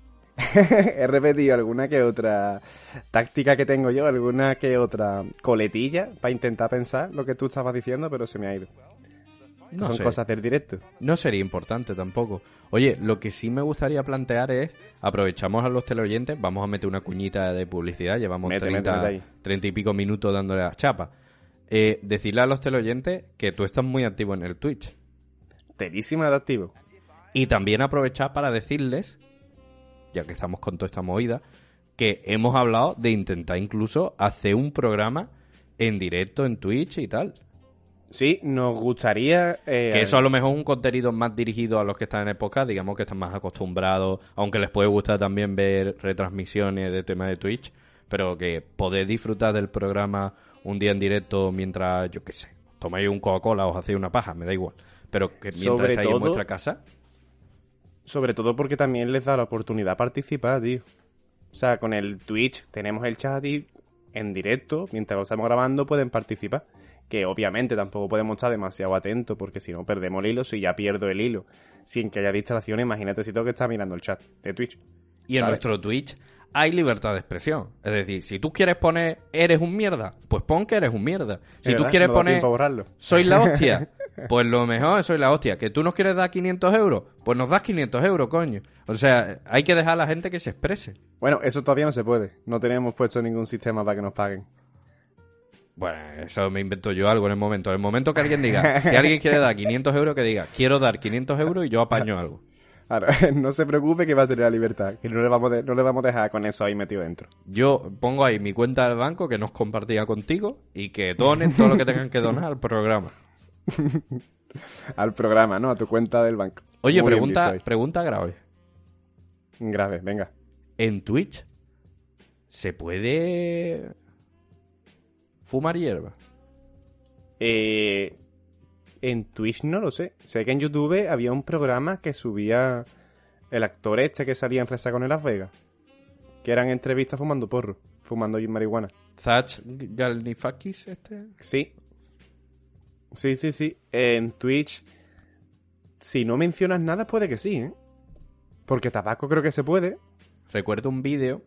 He repetido alguna que otra táctica que tengo yo, alguna que otra coletilla para intentar pensar lo que tú estabas diciendo, pero se me ha ido. No Son sé. cosas del directo. No sería importante tampoco. Oye, lo que sí me gustaría plantear es, aprovechamos a los teleoyentes, vamos a meter una cuñita de publicidad, llevamos Mete, treinta, mete, mete ahí. treinta y pico minutos dándole las chapas. Eh, decirle a los teleoyentes que tú estás muy activo en el Twitch. Terísimo adaptivo. Y también aprovechar para decirles, ya que estamos con toda esta movida, que hemos hablado de intentar incluso hacer un programa en directo en Twitch y tal. Sí, nos gustaría... eh, Que eso a lo mejor es un contenido más dirigido a los que están en el podcast, digamos que están más acostumbrados, aunque les puede gustar también ver retransmisiones de temas de Twitch, pero que podéis disfrutar del programa un día en directo mientras, yo qué sé, tomáis un Coca-Cola o os hacéis una paja, me da igual. Pero que mientras Sobre estáis todo- en vuestra casa, Sobre todo porque también les da la oportunidad de participar, tío. O sea, con el Twitch tenemos el chat y en directo, mientras lo estamos grabando, pueden participar. Que obviamente tampoco podemos estar demasiado atentos porque si no perdemos el hilo, si ya pierdo el hilo sin que haya distracciones, imagínate si tengo que estar mirando el chat de Twitch. y en ¿sabes? nuestro Twitch hay libertad de expresión. Es decir, si tú quieres poner eres un mierda, pues pon que eres un mierda. Si ¿Es tú verdad? quieres No da poner tiempo a borrarlo. soy la hostia, pues lo mejor es soy la hostia. ¿Que tú nos quieres dar quinientos euros? Pues nos das quinientos euros, coño. O sea, hay que dejar a la gente que se exprese. Bueno, eso todavía no se puede. No tenemos puesto ningún sistema para que nos paguen. Bueno, eso me invento yo algo en el momento. En el momento que alguien diga, si alguien quiere dar quinientos euros, que diga, quiero dar quinientos euros y yo apaño algo. Ahora, no se preocupe que va a tener la libertad. Que no le vamos, de- no le vamos a dejar con eso ahí metido dentro. Yo pongo ahí mi cuenta del banco que nos compartía contigo y que donen todo lo que tengan que donar al programa. Al programa, ¿no? A tu cuenta del banco. Oye, Muy bien pregunta, visto pregunta grave. ahí. Grave, venga. ¿En Twitch se puede fumar hierba? Eh, en Twitch no lo sé. Sé que en YouTube había un programa que subía el actor este que salía en Resacón en Las Vegas. Que eran entrevistas fumando porro. Fumando marihuana. ¿Zach Galifianakis este? Sí. Sí, sí, sí. En Twitch, si no mencionas nada, puede que sí, ¿eh? Porque tabaco creo que se puede. Recuerdo un vídeo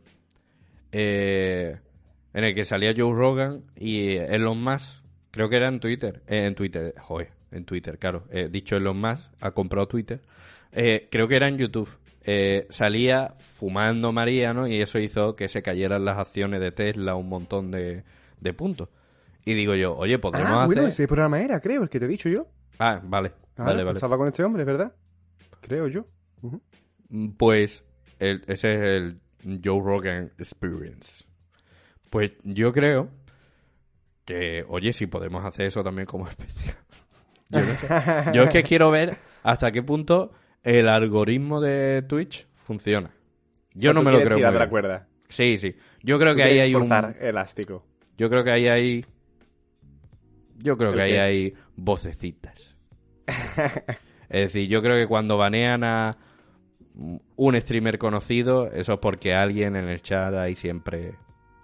eh, en el que salía Joe Rogan y Elon Musk, creo que era en Twitter, eh, en Twitter, joder, en Twitter, claro, eh, dicho Elon Musk, ha comprado Twitter, eh, creo que era en YouTube, eh, salía fumando marihuana y eso hizo que se cayeran las acciones de Tesla un montón de, de puntos. Y digo yo, oye, podremos Ah, hacer... bueno, ese programa era, creo, el que te he dicho yo. Ah, vale, Ah, vale, vale. Estaba con este hombre, ¿verdad? Creo yo. Ujú. Pues el- ese es el Joe Rogan Experience. Pues yo creo que, oye, si podemos hacer eso también como especial. Yo no sé. Yo es que quiero ver hasta qué punto el algoritmo de Twitch funciona. Yo O no tú me lo quieres creo tirar muy de la bien. cuerda. Sí, sí. Yo creo Tú que ahí quieres hay un... forzar elástico. Yo creo que ahí hay... Yo creo ¿El que ahí qué? hay vocecitas. Es decir, yo creo que cuando banean a un streamer conocido, eso es porque alguien en el chat ahí siempre...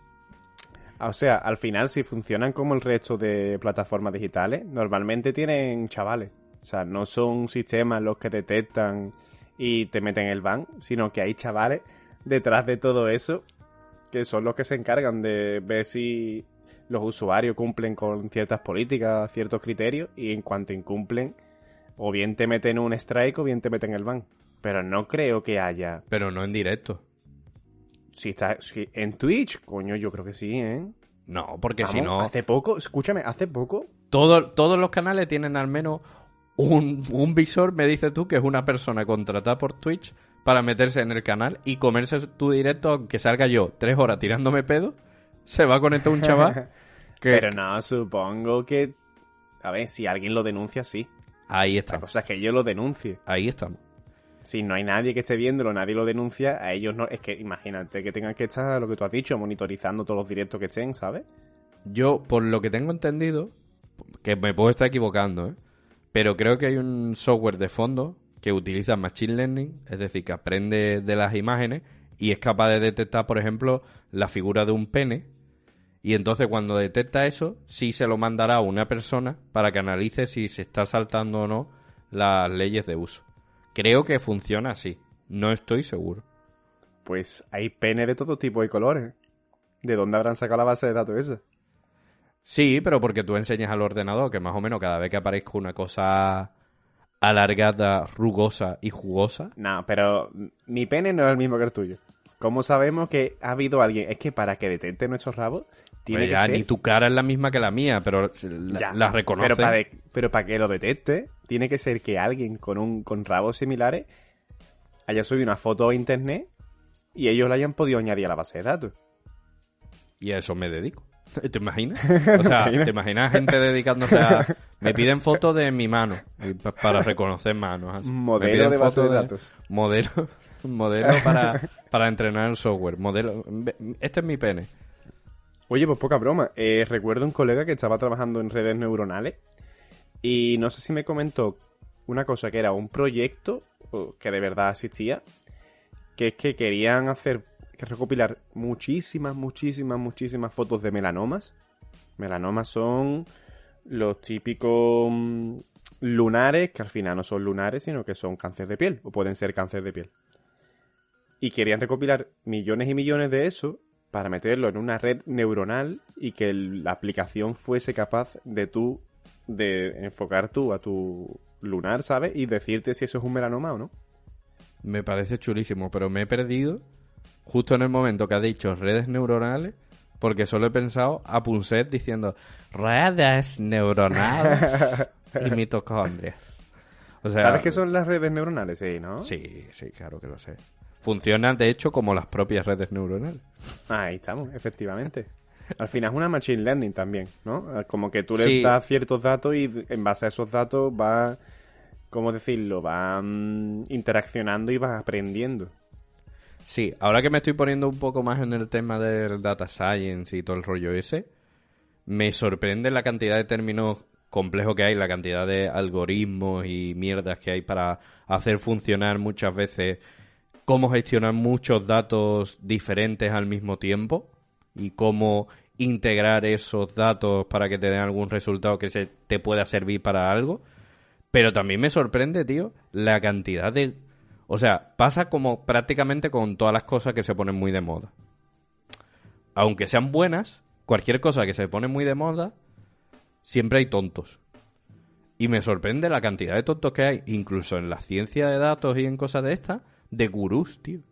O sea, al final, si funcionan como el resto de plataformas digitales, normalmente tienen chavales. O sea, no son sistemas los que detectan y te meten el ban, sino que hay chavales detrás de todo eso que son los que se encargan de ver si los usuarios cumplen con ciertas políticas, ciertos criterios, y en cuanto incumplen, o bien te meten un strike o bien te meten el ban. Pero no creo que haya... Pero no en directo. Si está si, en Twitch, coño, yo creo que sí, ¿eh? No, porque Vamos, si no... Hace poco, escúchame, hace poco... Todo, todos los canales tienen al menos un, un visor, me dices tú, que es una persona contratada por Twitch para meterse en el canal y comerse tu directo, aunque salga yo tres horas tirándome pedo, se va a conectar un chaval que... Pero no, supongo que... A ver, si alguien lo denuncia, sí. Ahí La estamos, cosa es que yo lo denuncie. ahí estamos. Si no hay nadie que esté viéndolo, nadie lo denuncia, a ellos no... Es que imagínate que tengan que estar, lo que tú has dicho, monitorizando todos los directos que estén, ¿sabes? Yo, por lo que tengo entendido, que me puedo estar equivocando, ¿eh? Pero creo que hay un software de fondo que utiliza Machine Learning, es decir, que aprende de las imágenes y es capaz de detectar, por ejemplo, la figura de un pene. Y entonces cuando detecta eso, sí se lo mandará a una persona para que analice si se está saltando o no las leyes de uso. Creo que funciona así. No estoy seguro. Pues hay penes de todo tipo y colores. ¿De dónde habrán sacado la base de datos esa? Sí, pero porque tú enseñas al ordenador que más o menos cada vez que aparezca una cosa alargada, rugosa y jugosa... No, pero mi pene no es el mismo que el tuyo. ¿Cómo sabemos que ha habido alguien? Es que para que detecte nuestros rabos, tiene Pues que ya, ser... ni tu cara es la misma que la mía, pero la, Ya, la reconoce. Pero para, de- pero para que lo detecte, tiene que ser que alguien con un con rabos similares haya subido una foto a internet y ellos la hayan podido añadir a la base de datos. Y a eso me dedico. ¿Te imaginas? O sea, imaginas? ¿te imaginas gente dedicándose a... Me piden fotos de mi mano y pa- para reconocer manos. así. Me Modelo piden de base fotos de datos. Modelo, modelo para, para entrenar el software. Modelo... Este es mi pene. Oye, pues poca broma. Eh, recuerdo un colega que estaba trabajando en redes neuronales y no sé si me comentó una cosa que era un proyecto o que de verdad existía, que es que querían hacer, que recopilar muchísimas, muchísimas, muchísimas fotos de melanomas. Melanomas son los típicos mm, lunares, que al final no son lunares, sino que son cáncer de piel, o pueden ser cáncer de piel. Y querían recopilar millones y millones de eso para meterlo en una red neuronal y que el- la aplicación fuese capaz de tú, de enfocar tú a tu lunar, ¿sabes? Y decirte si eso es un melanoma o no. Me parece chulísimo, pero me he perdido justo en el momento que has dicho redes neuronales, porque solo he pensado a Punset diciendo redes neuronales y mitocondrias. O sea, ¿Sabes qué son las redes neuronales? Sí, ¿no? Sí, sí, claro que lo sé. Funcionan, de hecho, como las propias redes neuronales. Ahí estamos, efectivamente. Al final es una machine learning también, ¿no? Como que tú le Sí. das ciertos datos y en base a esos datos va, ¿cómo decirlo? Va mm, interaccionando y va aprendiendo. Sí, ahora que me estoy poniendo un poco más en el tema del data science y todo el rollo ese, me sorprende la cantidad de términos complejos que hay, la cantidad de algoritmos y mierdas que hay para hacer funcionar muchas veces cómo gestionar muchos datos diferentes al mismo tiempo y cómo integrar esos datos para que te den algún resultado que se te pueda servir para algo. Pero también me sorprende, tío, la cantidad de... O sea, pasa como prácticamente con todas las cosas que se ponen muy de moda. Aunque sean buenas, cualquier cosa que se pone muy de moda, siempre hay tontos. Y me sorprende la cantidad de tontos que hay, incluso en la ciencia de datos y en cosas de estas, de gurús, tío.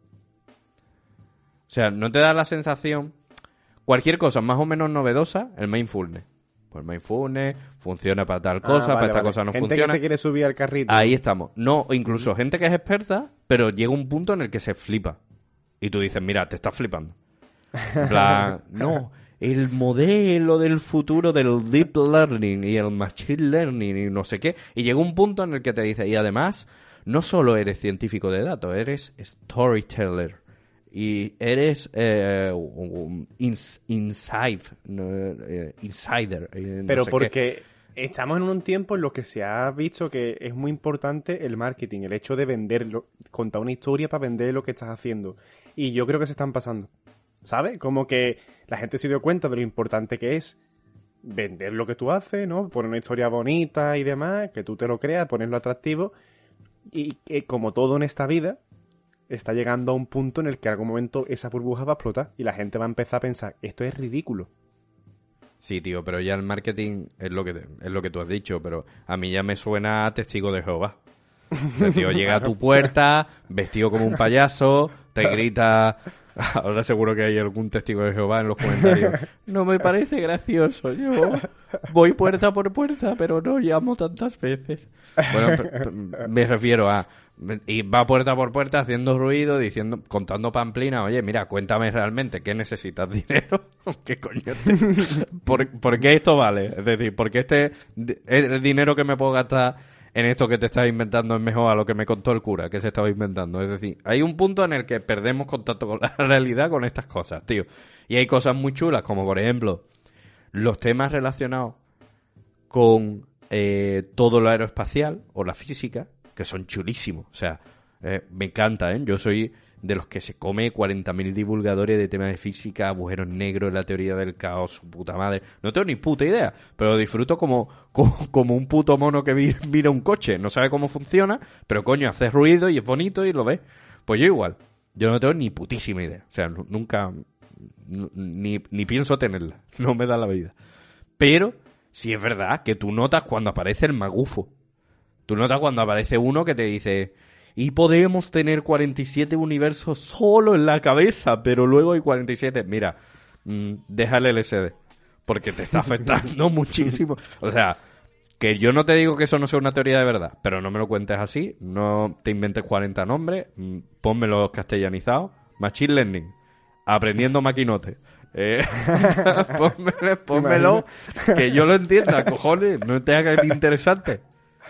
O sea, ¿no te da la sensación? Cualquier cosa más o menos novedosa, el mindfulness. Pues el mindfulness funciona para tal cosa, Ah, para vale, esta vale. cosa no Gente funciona. que se quiere subir al carrito. Ahí estamos. No, o incluso gente que es experta, pero llega un punto en el que se flipa. Y tú dices, mira, te estás flipando. En plan, no, el modelo del futuro del deep learning y el machine learning y no sé qué. Y llega un punto en el que te dice, y además, no solo eres científico de datos, eres storyteller. Y eres eh, un ins- inside, no, eh, insider. eh, no Pero sé qué. porque estamos en un tiempo en lo que se ha visto que es muy importante el marketing, el hecho de venderlo, contar una historia para vender lo que estás haciendo. Y yo creo que se están pasando, ¿sabes? Como que la gente se dio cuenta de lo importante que es vender lo que tú haces, ¿no? Poner una historia bonita y demás, que tú te lo creas, ponerlo atractivo. Y que, como todo en esta vida, está llegando a un punto en el que en algún momento esa burbuja va a explotar y la gente va a empezar a pensar, esto es ridículo. Sí, tío, pero ya el marketing es lo que te- es lo que tú has dicho, pero a mí ya me suena a testigo de Jehová. El tío llega a tu puerta, vestido como un payaso, te grita... Ahora seguro que hay algún testigo de Jehová en los comentarios. No me parece gracioso. Yo voy puerta por puerta, pero no llamo tantas veces. Bueno, p- p- me refiero a... Y va puerta por puerta haciendo ruido, diciendo, contando pamplina. Oye, mira, cuéntame realmente, ¿qué necesitas? ¿Dinero? ¿Qué coño? Te... ¿Por, ¿Por qué esto vale? Es decir, ¿por qué este el dinero que me puedo gastar en esto que te estás inventando es mejor a lo que me contó el cura que se estaba inventando? Es decir, hay un punto en el que perdemos contacto con la realidad con estas cosas, tío. Y hay cosas muy chulas, como por ejemplo, los temas relacionados con eh, todo lo aeroespacial o la física, que son chulísimos. O sea, eh, me encanta, ¿eh? Yo soy de los que se come cuarenta mil divulgadores de temas de física, agujeros negros, la teoría del caos, su puta madre. No tengo ni puta idea, pero disfruto como, como, como un puto mono que vi- mira un coche. No sabe cómo funciona, pero coño, hace ruido y es bonito y lo ves. Pues yo igual. Yo no tengo ni putísima idea. O sea, n- nunca... n- Ni, ni pienso tenerla. No me da la vida. Pero sí es verdad que tú notas cuando aparece el magufo. Tú notas cuando aparece uno que te dice... Y podemos tener cuarenta y siete universos solo en la cabeza, pero luego hay cuarenta y siete. Mira, mmm, deja el L S D, porque te está afectando muchísimo. O sea, que yo no te digo que eso no sea una teoría de verdad, pero no me lo cuentes así, no te inventes cuarenta nombres, mmm, pónmelos castellanizados. Machine Learning, aprendiendo maquinote. Eh, pónmelo, pónmelo, que yo lo entienda, cojones, no te hagas interesante.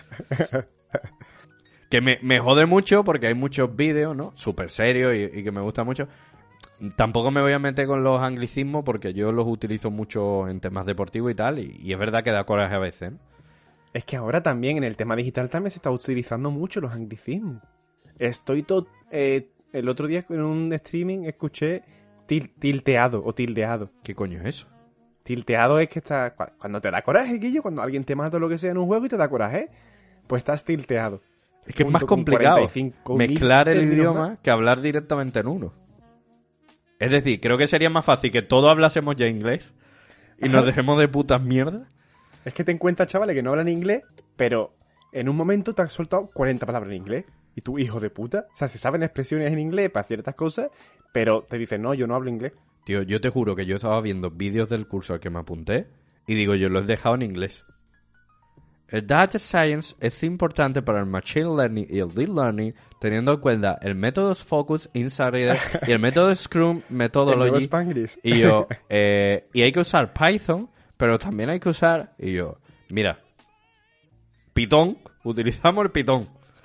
Que me, me jode mucho porque hay muchos vídeos, ¿no? Súper serios y, y que me gustan mucho. Tampoco me voy a meter con los anglicismos porque yo los utilizo mucho en temas deportivos y tal. Y, y es verdad que da coraje a veces, ¿eh? Es que ahora también en el tema digital también se está utilizando mucho los anglicismos. Estoy todo... Eh, el otro día en un streaming escuché til- tilteado o tildeado. ¿Qué coño es eso? Tilteado es que está... Cuando te da coraje, Guillo, cuando alguien te mata o lo que sea en un juego y te da coraje, pues estás tilteado. Es que es más complicado mezclar el idioma más. que hablar directamente en uno. Es decir, creo que sería más fácil que todos hablásemos ya inglés y Ajá. nos dejemos de putas mierdas. Es que te encuentras chavales que no hablan inglés, pero en un momento te has soltado cuarenta palabras en inglés. Y tú, hijo de puta. O sea, se saben expresiones en inglés para ciertas cosas, pero te dicen, no, yo no hablo inglés. Tío, yo te juro que yo estaba viendo vídeos del curso al que me apunté y digo, yo lo he dejado en inglés. El Data Science es importante para el Machine Learning y el Deep Learning, teniendo en cuenta el método Focus, Insider y el método Scrum El nuevo Methodology. Spanglish. Y yo, eh, y hay que usar Python, pero también hay que usar... Y yo, mira, Python, utilizamos el Python.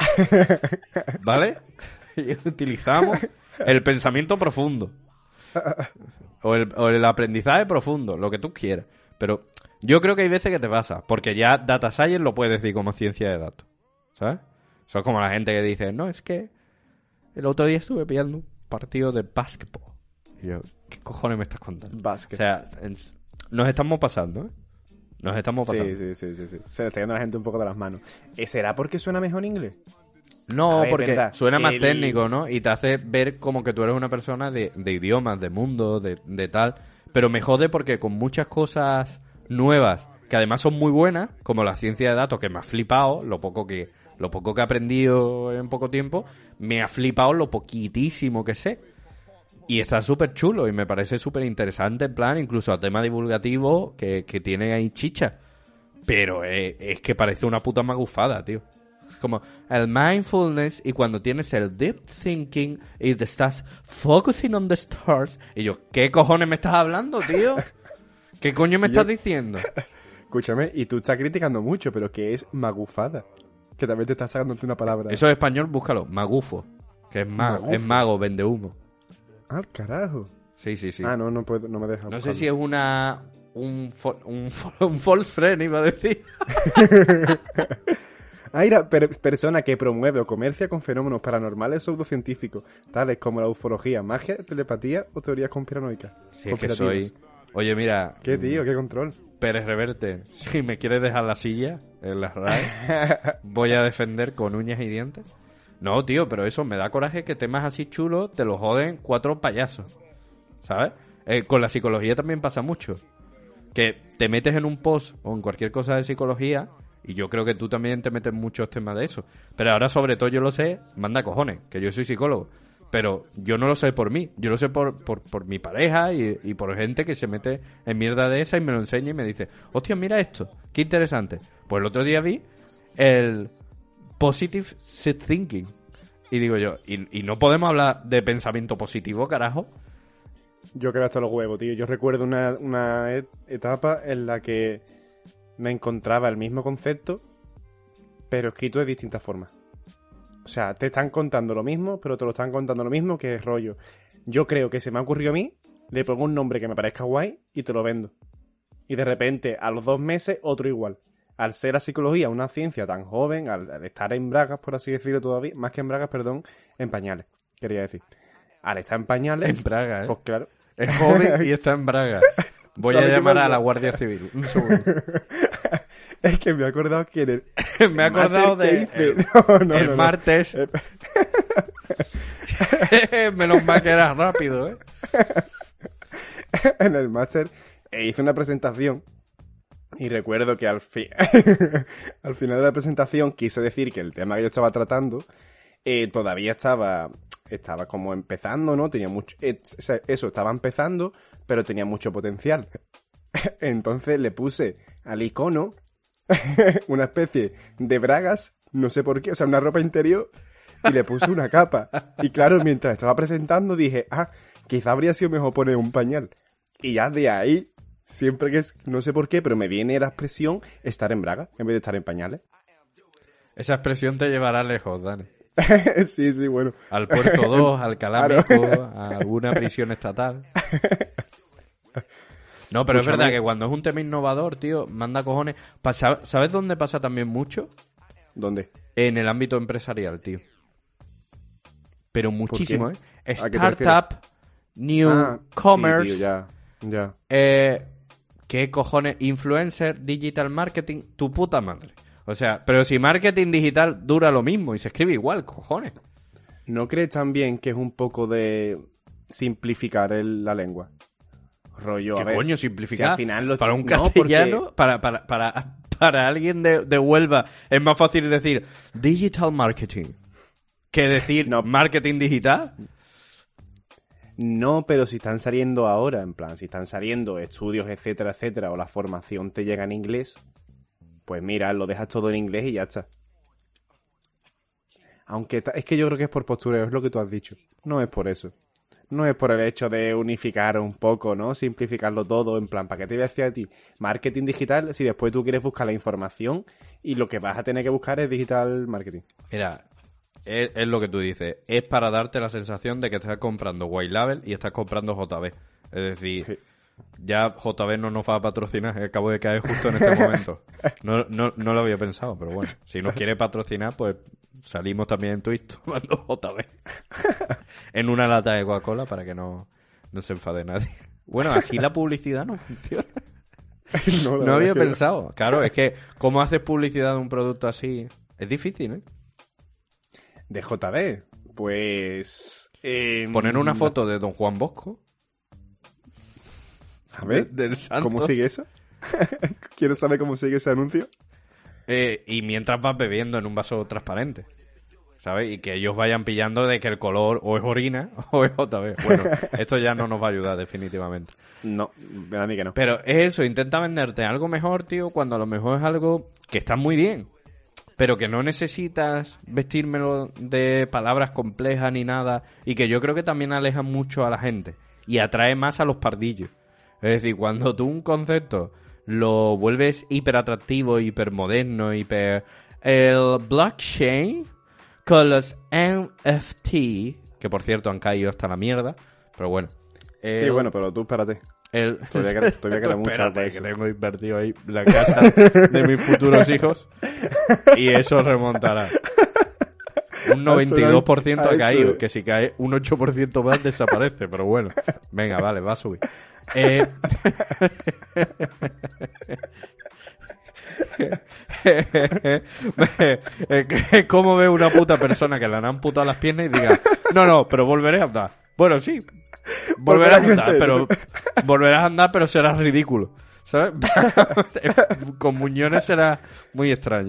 ¿Vale? Y utilizamos el pensamiento profundo. O el, o el aprendizaje profundo, lo que tú quieras. Pero yo creo que hay veces que te pasa, porque ya Data Science lo puedes decir como ciencia de datos, ¿sabes? Eso es como la gente que dice, no, es que el otro día estuve pillando un partido de básquetbol. Y yo, ¿qué cojones me estás contando? Básquet. O sea, en- nos estamos pasando, ¿eh? Nos estamos pasando. Sí, sí, sí, sí, sí. Se le está yendo a la gente un poco de las manos. ¿Eh, ¿Será porque suena mejor en inglés? No, A ver, porque verdad, suena más el- técnico, ¿no? Y te hace ver como que tú eres una persona de, de idiomas, de mundo, de, de tal. Pero me jode porque con muchas cosas nuevas, que además son muy buenas, como la ciencia de datos, que me ha flipado, lo poco que, lo poco que he aprendido en poco tiempo, me ha flipado lo poquitísimo que sé. Y está súper chulo y me parece súper interesante, en plan, incluso a tema divulgativo, que, que tiene ahí chicha. Pero es, es que parece una puta magufada, tío. Es como el mindfulness y cuando tienes el deep thinking y te estás focusing on the stars. Y yo, ¿qué cojones me estás hablando, tío? ¿Qué coño me Yo- estás diciendo? Escúchame, y tú estás criticando mucho, pero que es magufada. Que también te estás sacándote una palabra. Eso es español, búscalo. Magufo. Que es mago, Magufo. es mago, vende humo. Ah, carajo. Sí, sí, sí. Ah, no, no, puedo, no me deja. No sé si es una... Un, fo- un, fo- un false friend, iba a decir. Ah, mira, per- persona que promueve o comercia con fenómenos paranormales pseudocientíficos, tales como la ufología, magia, telepatía o teorías conspiranoicas. Si es que Conspirativas. soy... Oye, mira... ¿Qué, tío? ¿Qué control? Pérez Reverte, si me quieres dejar la silla en la R A E, voy a defender con uñas y dientes. No, tío, pero eso me da coraje que temas así chulos te los joden cuatro payasos, ¿sabes? Eh, con la psicología también pasa mucho. Que te metes en un post o en cualquier cosa de psicología Y yo creo que tú también te metes en muchos temas de eso. Pero ahora, sobre todo, yo lo sé, manda cojones, que yo soy psicólogo. Pero yo no lo sé por mí, yo lo sé por, por, por mi pareja y, y por gente que se mete en mierda de esa y me lo enseña y me dice, hostia, mira esto, qué interesante. Pues el otro día vi el Positive Thinking. Y digo yo, ¿y, y no podemos hablar de pensamiento positivo, carajo? Yo creo hasta los huevos, tío. Yo recuerdo una, una et- etapa en la que me encontraba el mismo concepto, pero escrito de distintas formas. O sea, te están contando lo mismo, pero te lo están contando lo mismo, que es rollo. Yo creo que se me ha ocurrido a mí, le pongo un nombre que me parezca guay y te lo vendo. Y de repente, a los dos meses, otro igual. Al ser la psicología una ciencia tan joven, al, al estar en bragas, por así decirlo todavía, más que en bragas, perdón, en pañales, quería decir. Al estar en pañales... En Braga, ¿eh? Pues claro. Es joven y está en Braga. Voy a llamar a la Guardia Civil. Un segundo. Es que me he acordado que en el... Me he acordado de... hice- El, No, no, el no, no. martes... Menos mal que era rápido, ¿eh? En el máster e hice una presentación y recuerdo que al, fi- al final de la presentación quise decir que el tema que yo estaba tratando eh, todavía estaba estaba como empezando, ¿no? Tenía mucho eh, o sea, eso, estaba empezando, pero tenía mucho potencial. Entonces le puse al icono una especie de bragas, no sé por qué, o sea, una ropa interior, y le puse una capa. Y claro, mientras estaba presentando dije, ah, quizá habría sido mejor poner un pañal. Y ya de ahí, siempre que es, no sé por qué, pero me viene la expresión estar en braga en vez de estar en pañales. Esa expresión te llevará lejos, Dani. Sí, sí, bueno. Al puerto dos, al Calámico, a alguna prisión estatal. No, pero es Escúchame. verdad que cuando es un tema innovador, tío, manda cojones. Pasa- ¿Sabes dónde pasa también mucho? ¿Dónde? En el ámbito empresarial, tío. Pero muchísimo, qué? ¿eh? ¿A qué te Startup, New Ah, Commerce, sí, tío, ya, ya. eh, ¿qué cojones? Influencer, Digital Marketing, tu puta madre. O sea, pero si marketing digital dura lo mismo y se escribe igual, cojones. ¿No crees también que es un poco de simplificar el- la lengua? Rollo, ¿Qué a ver, coño si simplificar? al final los- Para un no, castellano, porque- para, para, para, para alguien de, de Huelva, es más fácil decir Digital Marketing que decir No. marketing digital. No, pero si están saliendo ahora, en plan, si están saliendo estudios, etcétera, etcétera, o la formación te llega en inglés, pues mira, lo dejas todo en inglés y ya está. Aunque ta- es que yo creo que es por postureo, es lo que tú has dicho. No es por eso. No es por el hecho de unificar un poco, ¿no? Simplificarlo todo, en plan, ¿para qué te voy a decir a ti? Marketing digital, si después tú quieres buscar la información y lo que vas a tener que buscar es digital marketing. Mira, es, es lo que tú dices. Es para darte la sensación de que estás comprando White Label y estás comprando J B. Es decir, Sí. ya J B no nos va a patrocinar. Acabo de caer justo en este momento. No, no, no lo había pensado, pero bueno. Si nos quiere patrocinar, pues salimos también en Twitch tomando J B. En una lata de Coca-Cola para que no, no se enfade nadie. Bueno, así la publicidad no funciona. No, la No verdad había es que no. pensado. Claro, es que ¿cómo haces publicidad de un producto así? Es difícil, ¿eh? De J B, pues... eh, Poner una foto de Don Juan Bosco. A ver, de- del santo. ¿cómo sigue eso? ¿Quieres saber cómo sigue ese anuncio? Eh, y mientras vas bebiendo en un vaso transparente, ¿sabes? Y que ellos vayan pillando de que el color o es orina o es J B. Bueno, esto ya no nos va a ayudar definitivamente. No, ven a mí que no. Pero es eso, intenta venderte algo mejor, tío, cuando a lo mejor es algo que está muy bien, pero que no necesitas vestírmelo de palabras complejas ni nada, y que yo creo que también aleja mucho a la gente y atrae más a los pardillos. Es decir, cuando tú un concepto lo vuelves hiper atractivo, hiper moderno, hiper... El blockchain con los N F T, que por cierto han caído hasta la mierda, pero bueno. Sí, El- bueno, pero tú espérate. el... Todavía queda, todavía queda Tú mucho espérate, para que eso. tengo invertido ahí la casa de mis futuros hijos y eso remontará. Un noventa y dos por ciento A ha eso, caído, eh. que si cae un ocho por ciento más desaparece, pero bueno. Venga, vale, va a subir. Eh... Es como ve una puta persona que le han amputado las piernas y diga, no, no, pero volveré a andar. Bueno, sí, volverás a andar, pero volverás a andar, pero serás ridículo. ¿sabes? Con muñones será muy extraño.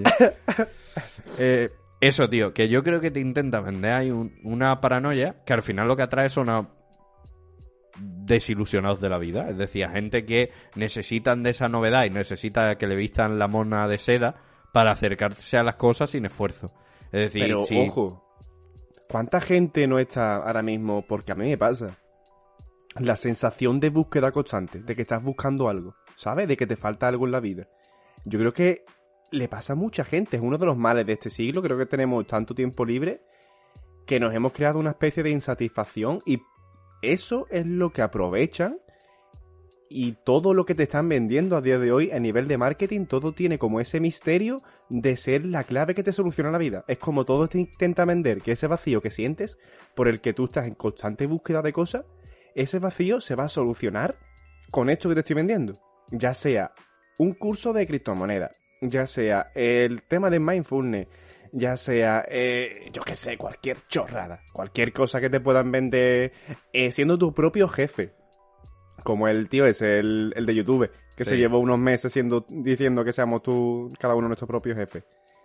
Eh, eso, tío, que yo creo que te intenta vender ahí un, una paranoia que al final lo que atrae son a desilusionados de la vida. Es decir, a gente que necesitan de esa novedad y necesita que le vistan la mona de seda para acercarse a las cosas sin esfuerzo. Es decir, pero si... ojo, ¿cuánta gente no está ahora mismo? Porque a mí me pasa. La sensación de búsqueda constante, de que estás buscando algo, ¿sabes? De que te falta algo en la vida. Yo creo que le pasa a mucha gente, es uno de los males de este siglo. Creo que tenemos tanto tiempo libre que nos hemos creado una especie de insatisfacción y eso es lo que aprovechan. Y todo lo que te están vendiendo a día de hoy a nivel de marketing, todo tiene como ese misterio de ser la clave que te soluciona la vida. Es como todo te intenta vender que ese vacío que sientes, por el que tú estás en constante búsqueda de cosas, ese vacío se va a solucionar con esto que te estoy vendiendo. Ya sea un curso de criptomonedas, ya sea el tema de mindfulness, ya sea, eh, yo qué sé, cualquier chorrada, cualquier cosa que te puedan vender eh, siendo tu propio jefe. Como el tío ese, el, el de YouTube, que sí. se llevó unos meses siendo, diciendo que seamos tú, cada uno nuestros propios jefes.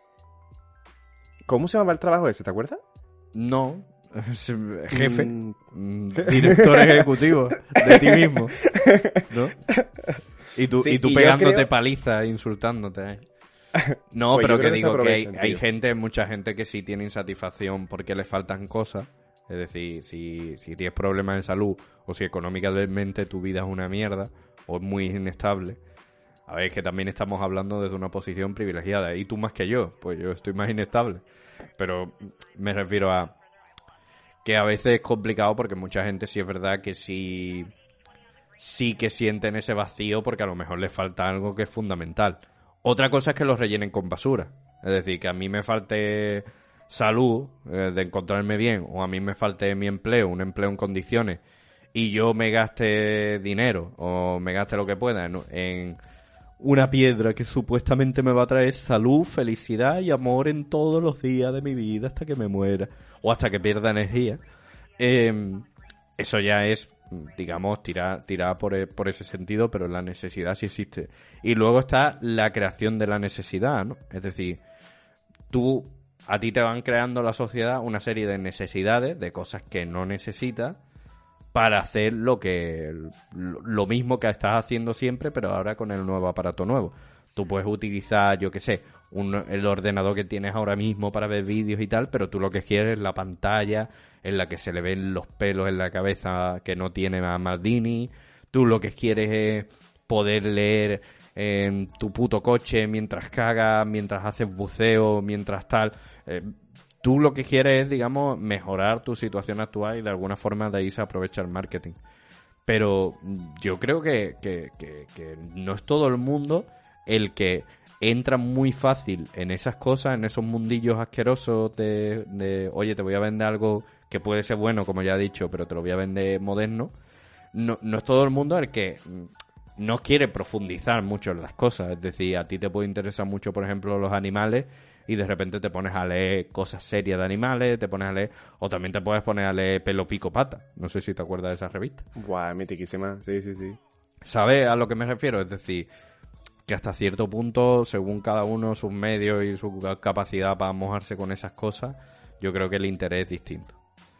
¿Cómo se llamaba el trabajo ese? ¿Te acuerdas? No, jefe, Mm. mm, director ejecutivo de ti mismo, ¿no? Y tú, Sí, y tú y yo pegándote creo- palizas, insultándote. No, Pues pero yo que creo que se digo que hay, aprovechan, hay tío. gente, mucha gente que sí tiene insatisfacción porque le faltan cosas. Es decir, si, si tienes problemas de salud o si económicamente tu vida es una mierda o es muy inestable. A ver, es que también estamos hablando desde una posición privilegiada. Y tú más que yo, pues yo estoy más inestable. Pero me refiero a que a veces es complicado porque mucha gente sí es verdad que sí, sí que sienten ese vacío porque a lo mejor les falta algo que es fundamental. Otra cosa es que los rellenen con basura. Es decir, que a mí me falte salud, eh, de encontrarme bien, o a mí me falte mi empleo, un empleo en condiciones, y yo me gaste dinero, o me gaste lo que pueda en, en una piedra que supuestamente me va a traer salud, felicidad y amor en todos los días de mi vida hasta que me muera, o hasta que pierda energía. Eh, eso ya es, digamos, tirar, tirar por, por ese sentido, pero la necesidad sí existe. Y luego está la creación de la necesidad, ¿no? Es decir, tú, a ti te van creando la sociedad una serie de necesidades, de cosas que no necesitas, para hacer lo que lo mismo que estás haciendo siempre, pero ahora con el nuevo aparato nuevo. Tú puedes utilizar, yo qué sé, un, el ordenador que tienes ahora mismo para ver vídeos y tal, pero tú lo que quieres es la pantalla en la que se le ven los pelos en la cabeza que no tiene a Maldini. Tú lo que quieres es poder leer en tu puto coche mientras cagas, mientras haces buceo, mientras tal. Eh, tú lo que quieres es, digamos, mejorar tu situación actual y de alguna forma de ahí se aprovecha el marketing. Pero yo creo que, que, que, que no es todo el mundo el que entra muy fácil en esas cosas, en esos mundillos asquerosos de, de oye, te voy a vender algo que puede ser bueno, como ya he dicho, pero te lo voy a vender moderno. No, no es todo el mundo el que no quiere profundizar mucho en las cosas. Es decir, a ti te puede interesar mucho, por ejemplo, los animales y de repente te pones a leer cosas serias de animales, te pones a leer, o también te puedes poner a leer Pelo Pico Pata. No sé si te acuerdas de esa revista. Guau, mitiquísima. Sí, sí, sí. ¿Sabes a lo que me refiero? Es decir, que hasta cierto punto, según cada uno, sus medios y su capacidad para mojarse con esas cosas, yo creo que el interés es distinto.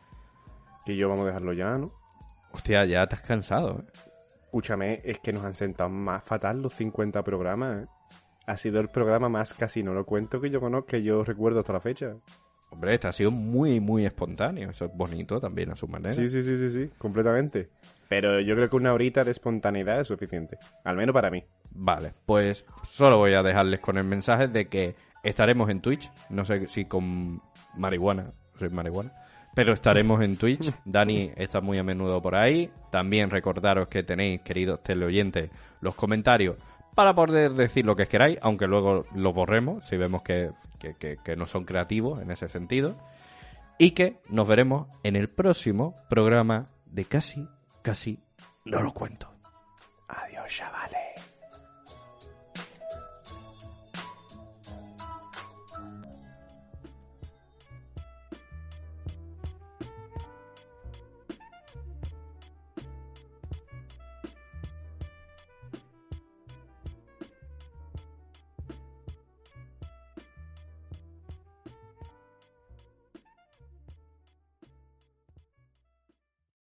Que yo vamos a dejarlo ya, ¿no? Hostia, ya te has cansado, ¿eh? Escúchame, es que nos han sentado más fatal los cincuenta programas, ¿eh? Ha sido el programa más casi no lo cuento que yo conozco, que yo recuerdo hasta la fecha. Hombre, este ha sido muy, muy espontáneo. Eso es bonito también a su manera. Sí, sí, sí, sí, sí, completamente. Pero yo creo que una horita de espontaneidad es suficiente. Al menos para mí. Vale, pues solo voy a dejarles con el mensaje de que estaremos en Twitch. No sé si con marihuana, soy marihuana, pero estaremos en Twitch. Dani está muy a menudo por ahí. También recordaros que tenéis, queridos teleoyentes, los comentarios para poder decir lo que queráis, aunque luego lo borremos si vemos que, que, que, que no son creativos en ese sentido. Y que nos veremos en el próximo programa de Casi, Casi No Lo Cuento. Adiós, chavales.